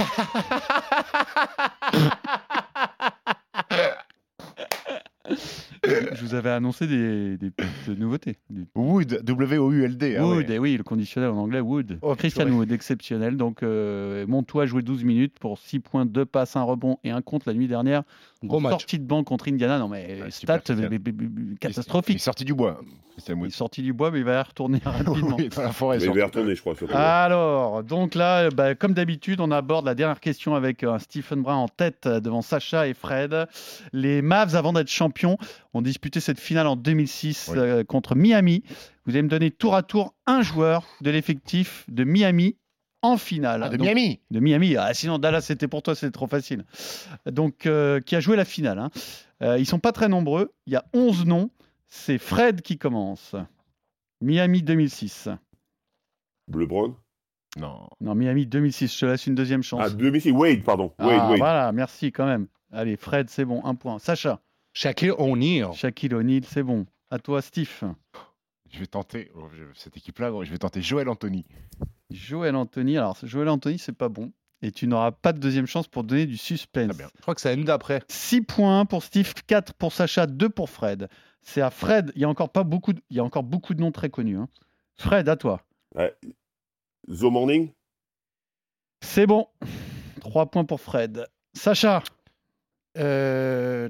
Je vous avais annoncé des, des petites nouveautés. Des... Wood, W O U L D. Ah Wood, ouais. et oui, le conditionnel en anglais, Wood. Oh, Christian purée. Wood, exceptionnel. Donc, euh, Montois a joué douze minutes pour six points, deux passes, un rebond et un contre la nuit dernière. Gros match. Sortie de banc contre Indiana. Non, mais Ouais, stats super, euh, Christian. b- b- b- Il est catastrophique. sorti du bois, Christian Il Wood. est sorti du bois, mais il va y retourner rapidement. Oui, dans la forêt. Mais il surtout. va y retourner, je crois. surtout. Alors, donc là, euh, bah, comme d'habitude, on aborde la dernière question avec euh, un Stephen Brun en tête euh, devant Sacha et Fred. Les Mavs, avant d'être champions, ont disputé cette finale en deux mille six Oui. euh, contre Miami. Vous allez me donner tour à tour un joueur de l'effectif de Miami en finale. Ah, de Donc, Miami. de Miami. Ah, sinon, Dallas, c'était pour toi, c'était trop facile. Donc, euh, qui a joué la finale. Hein. Euh, ils sont pas très nombreux. Il y a onze noms. C'est Fred qui commence. Miami deux mille six. LeBron. Non. Non, Miami deux mille six. Je te laisse une deuxième chance. Ah, deux mille six. Wade, pardon. Wade, Ah, Wade. voilà, merci quand même. Allez, Fred, c'est bon, un point. Sacha. Shaquille O'Neal. Shaquille O'Neal, c'est bon. À toi, Steve. Je vais tenter, oh, je- cette équipe-là, je vais tenter Joël Anthony. Joël Anthony. Alors, Joël Anthony, c'est pas bon. Et tu n'auras pas de deuxième chance pour donner du suspense. Très bien. Je crois que c'est l'année d'après. six points pour Steve, quatre pour Sacha, deux pour Fred. C'est à Fred. Il y a encore, pas beaucoup, de... Il y a encore beaucoup de noms très connus. hein. Fred, à toi. Ouais. The Morning. C'est bon. trois points pour Fred. Sacha. Euh...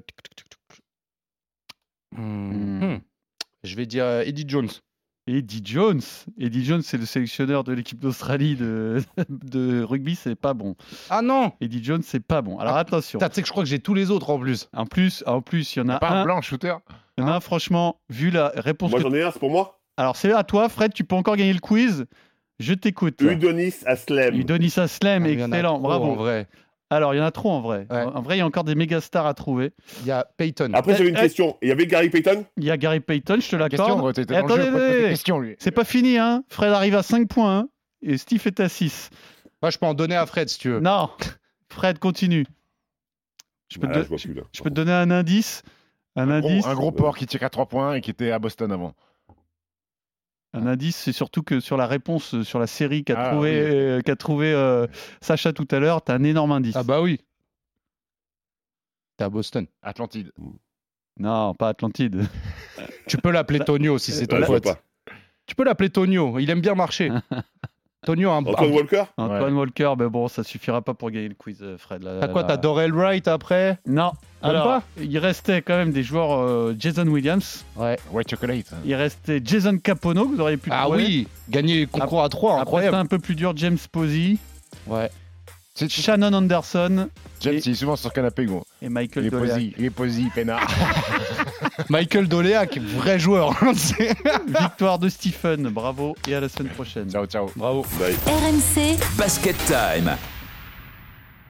Hmm. Hmm. Je vais dire euh, Eddie Jones. Eddie Jones. Eddie Jones, c'est le sélectionneur de l'équipe d'Australie de... de rugby. C'est pas bon. Ah non. Eddie Jones, c'est pas bon. Alors attention. Putain, tu sais que je crois que j'ai tous les autres en plus. En plus, en plus, il y en a Pas un. un blanc shooter. Il y en a un, franchement, vu la réponse. Moi, que- j'en ai un, c'est pour moi. Alors, c'est à toi, Fred. Tu peux encore gagner le quiz. Je t'écoute. Udonis Aslem. Udonis Aslem, Ah, mais il y en a excellent. trop, Bravo. En vrai. Alors, il y en a trop en vrai. Ouais. En vrai, il y a encore des méga stars à trouver. Il y a Peyton. Après, j'avais une Eh, eh. question. Il y avait Gary Payton. Il y a Gary Payton, je te Question, l'accorde. t'étais Et dans le jeu, attendez, pas de poser attendez, des questions, lui. c'est pas fini, hein. Fred arrive à cinq points hein, et Steve est à six. Moi, je peux en donner à Fred si tu veux. Non, Fred continue. Je peux, Ah, te, là, je vois je- plus, là. je peux te donner un indice. Un, Un gros, indice. un gros porc qui tire à trois points et qui était à Boston avant. Un indice, c'est surtout que sur la réponse euh, sur la série qu'a Ah, trouvé, oui. euh, qu'a trouvé euh, Sacha tout à l'heure, t'as un énorme indice. Ah bah oui. T'es à Boston. Atlantide. Non, pas Atlantide. Tu peux l'appeler Tonio si c'est ton Ouais, je vois pote. pas. Tu peux l'appeler Tonio. Il aime bien marcher. Tonio a un Antoine un- Walker. Antoine Walker, mais bon, ça suffira pas pour gagner le quiz, euh, Fred. là, T'as quoi là. T'as Dorel Wright après Non. Même Alors, pas il restait quand même des joueurs euh, Jason Williams. Ouais. White Chocolate. Il restait Jason Capono, que vous auriez pu Ah trouver. oui, gagner concours à trois, Après, incroyable. c'était un peu plus dur, James Posey, Ouais. C'est- Shannon Anderson James, Et- il est souvent sur le canapé, gros. et Il Michael est Doleac. posy, il est posy, peinard. Michael Doleac, vrai joueur. Victoire de Stephen, bravo et à la semaine prochaine. Ciao, ciao. Bravo. Bye. Basket Time.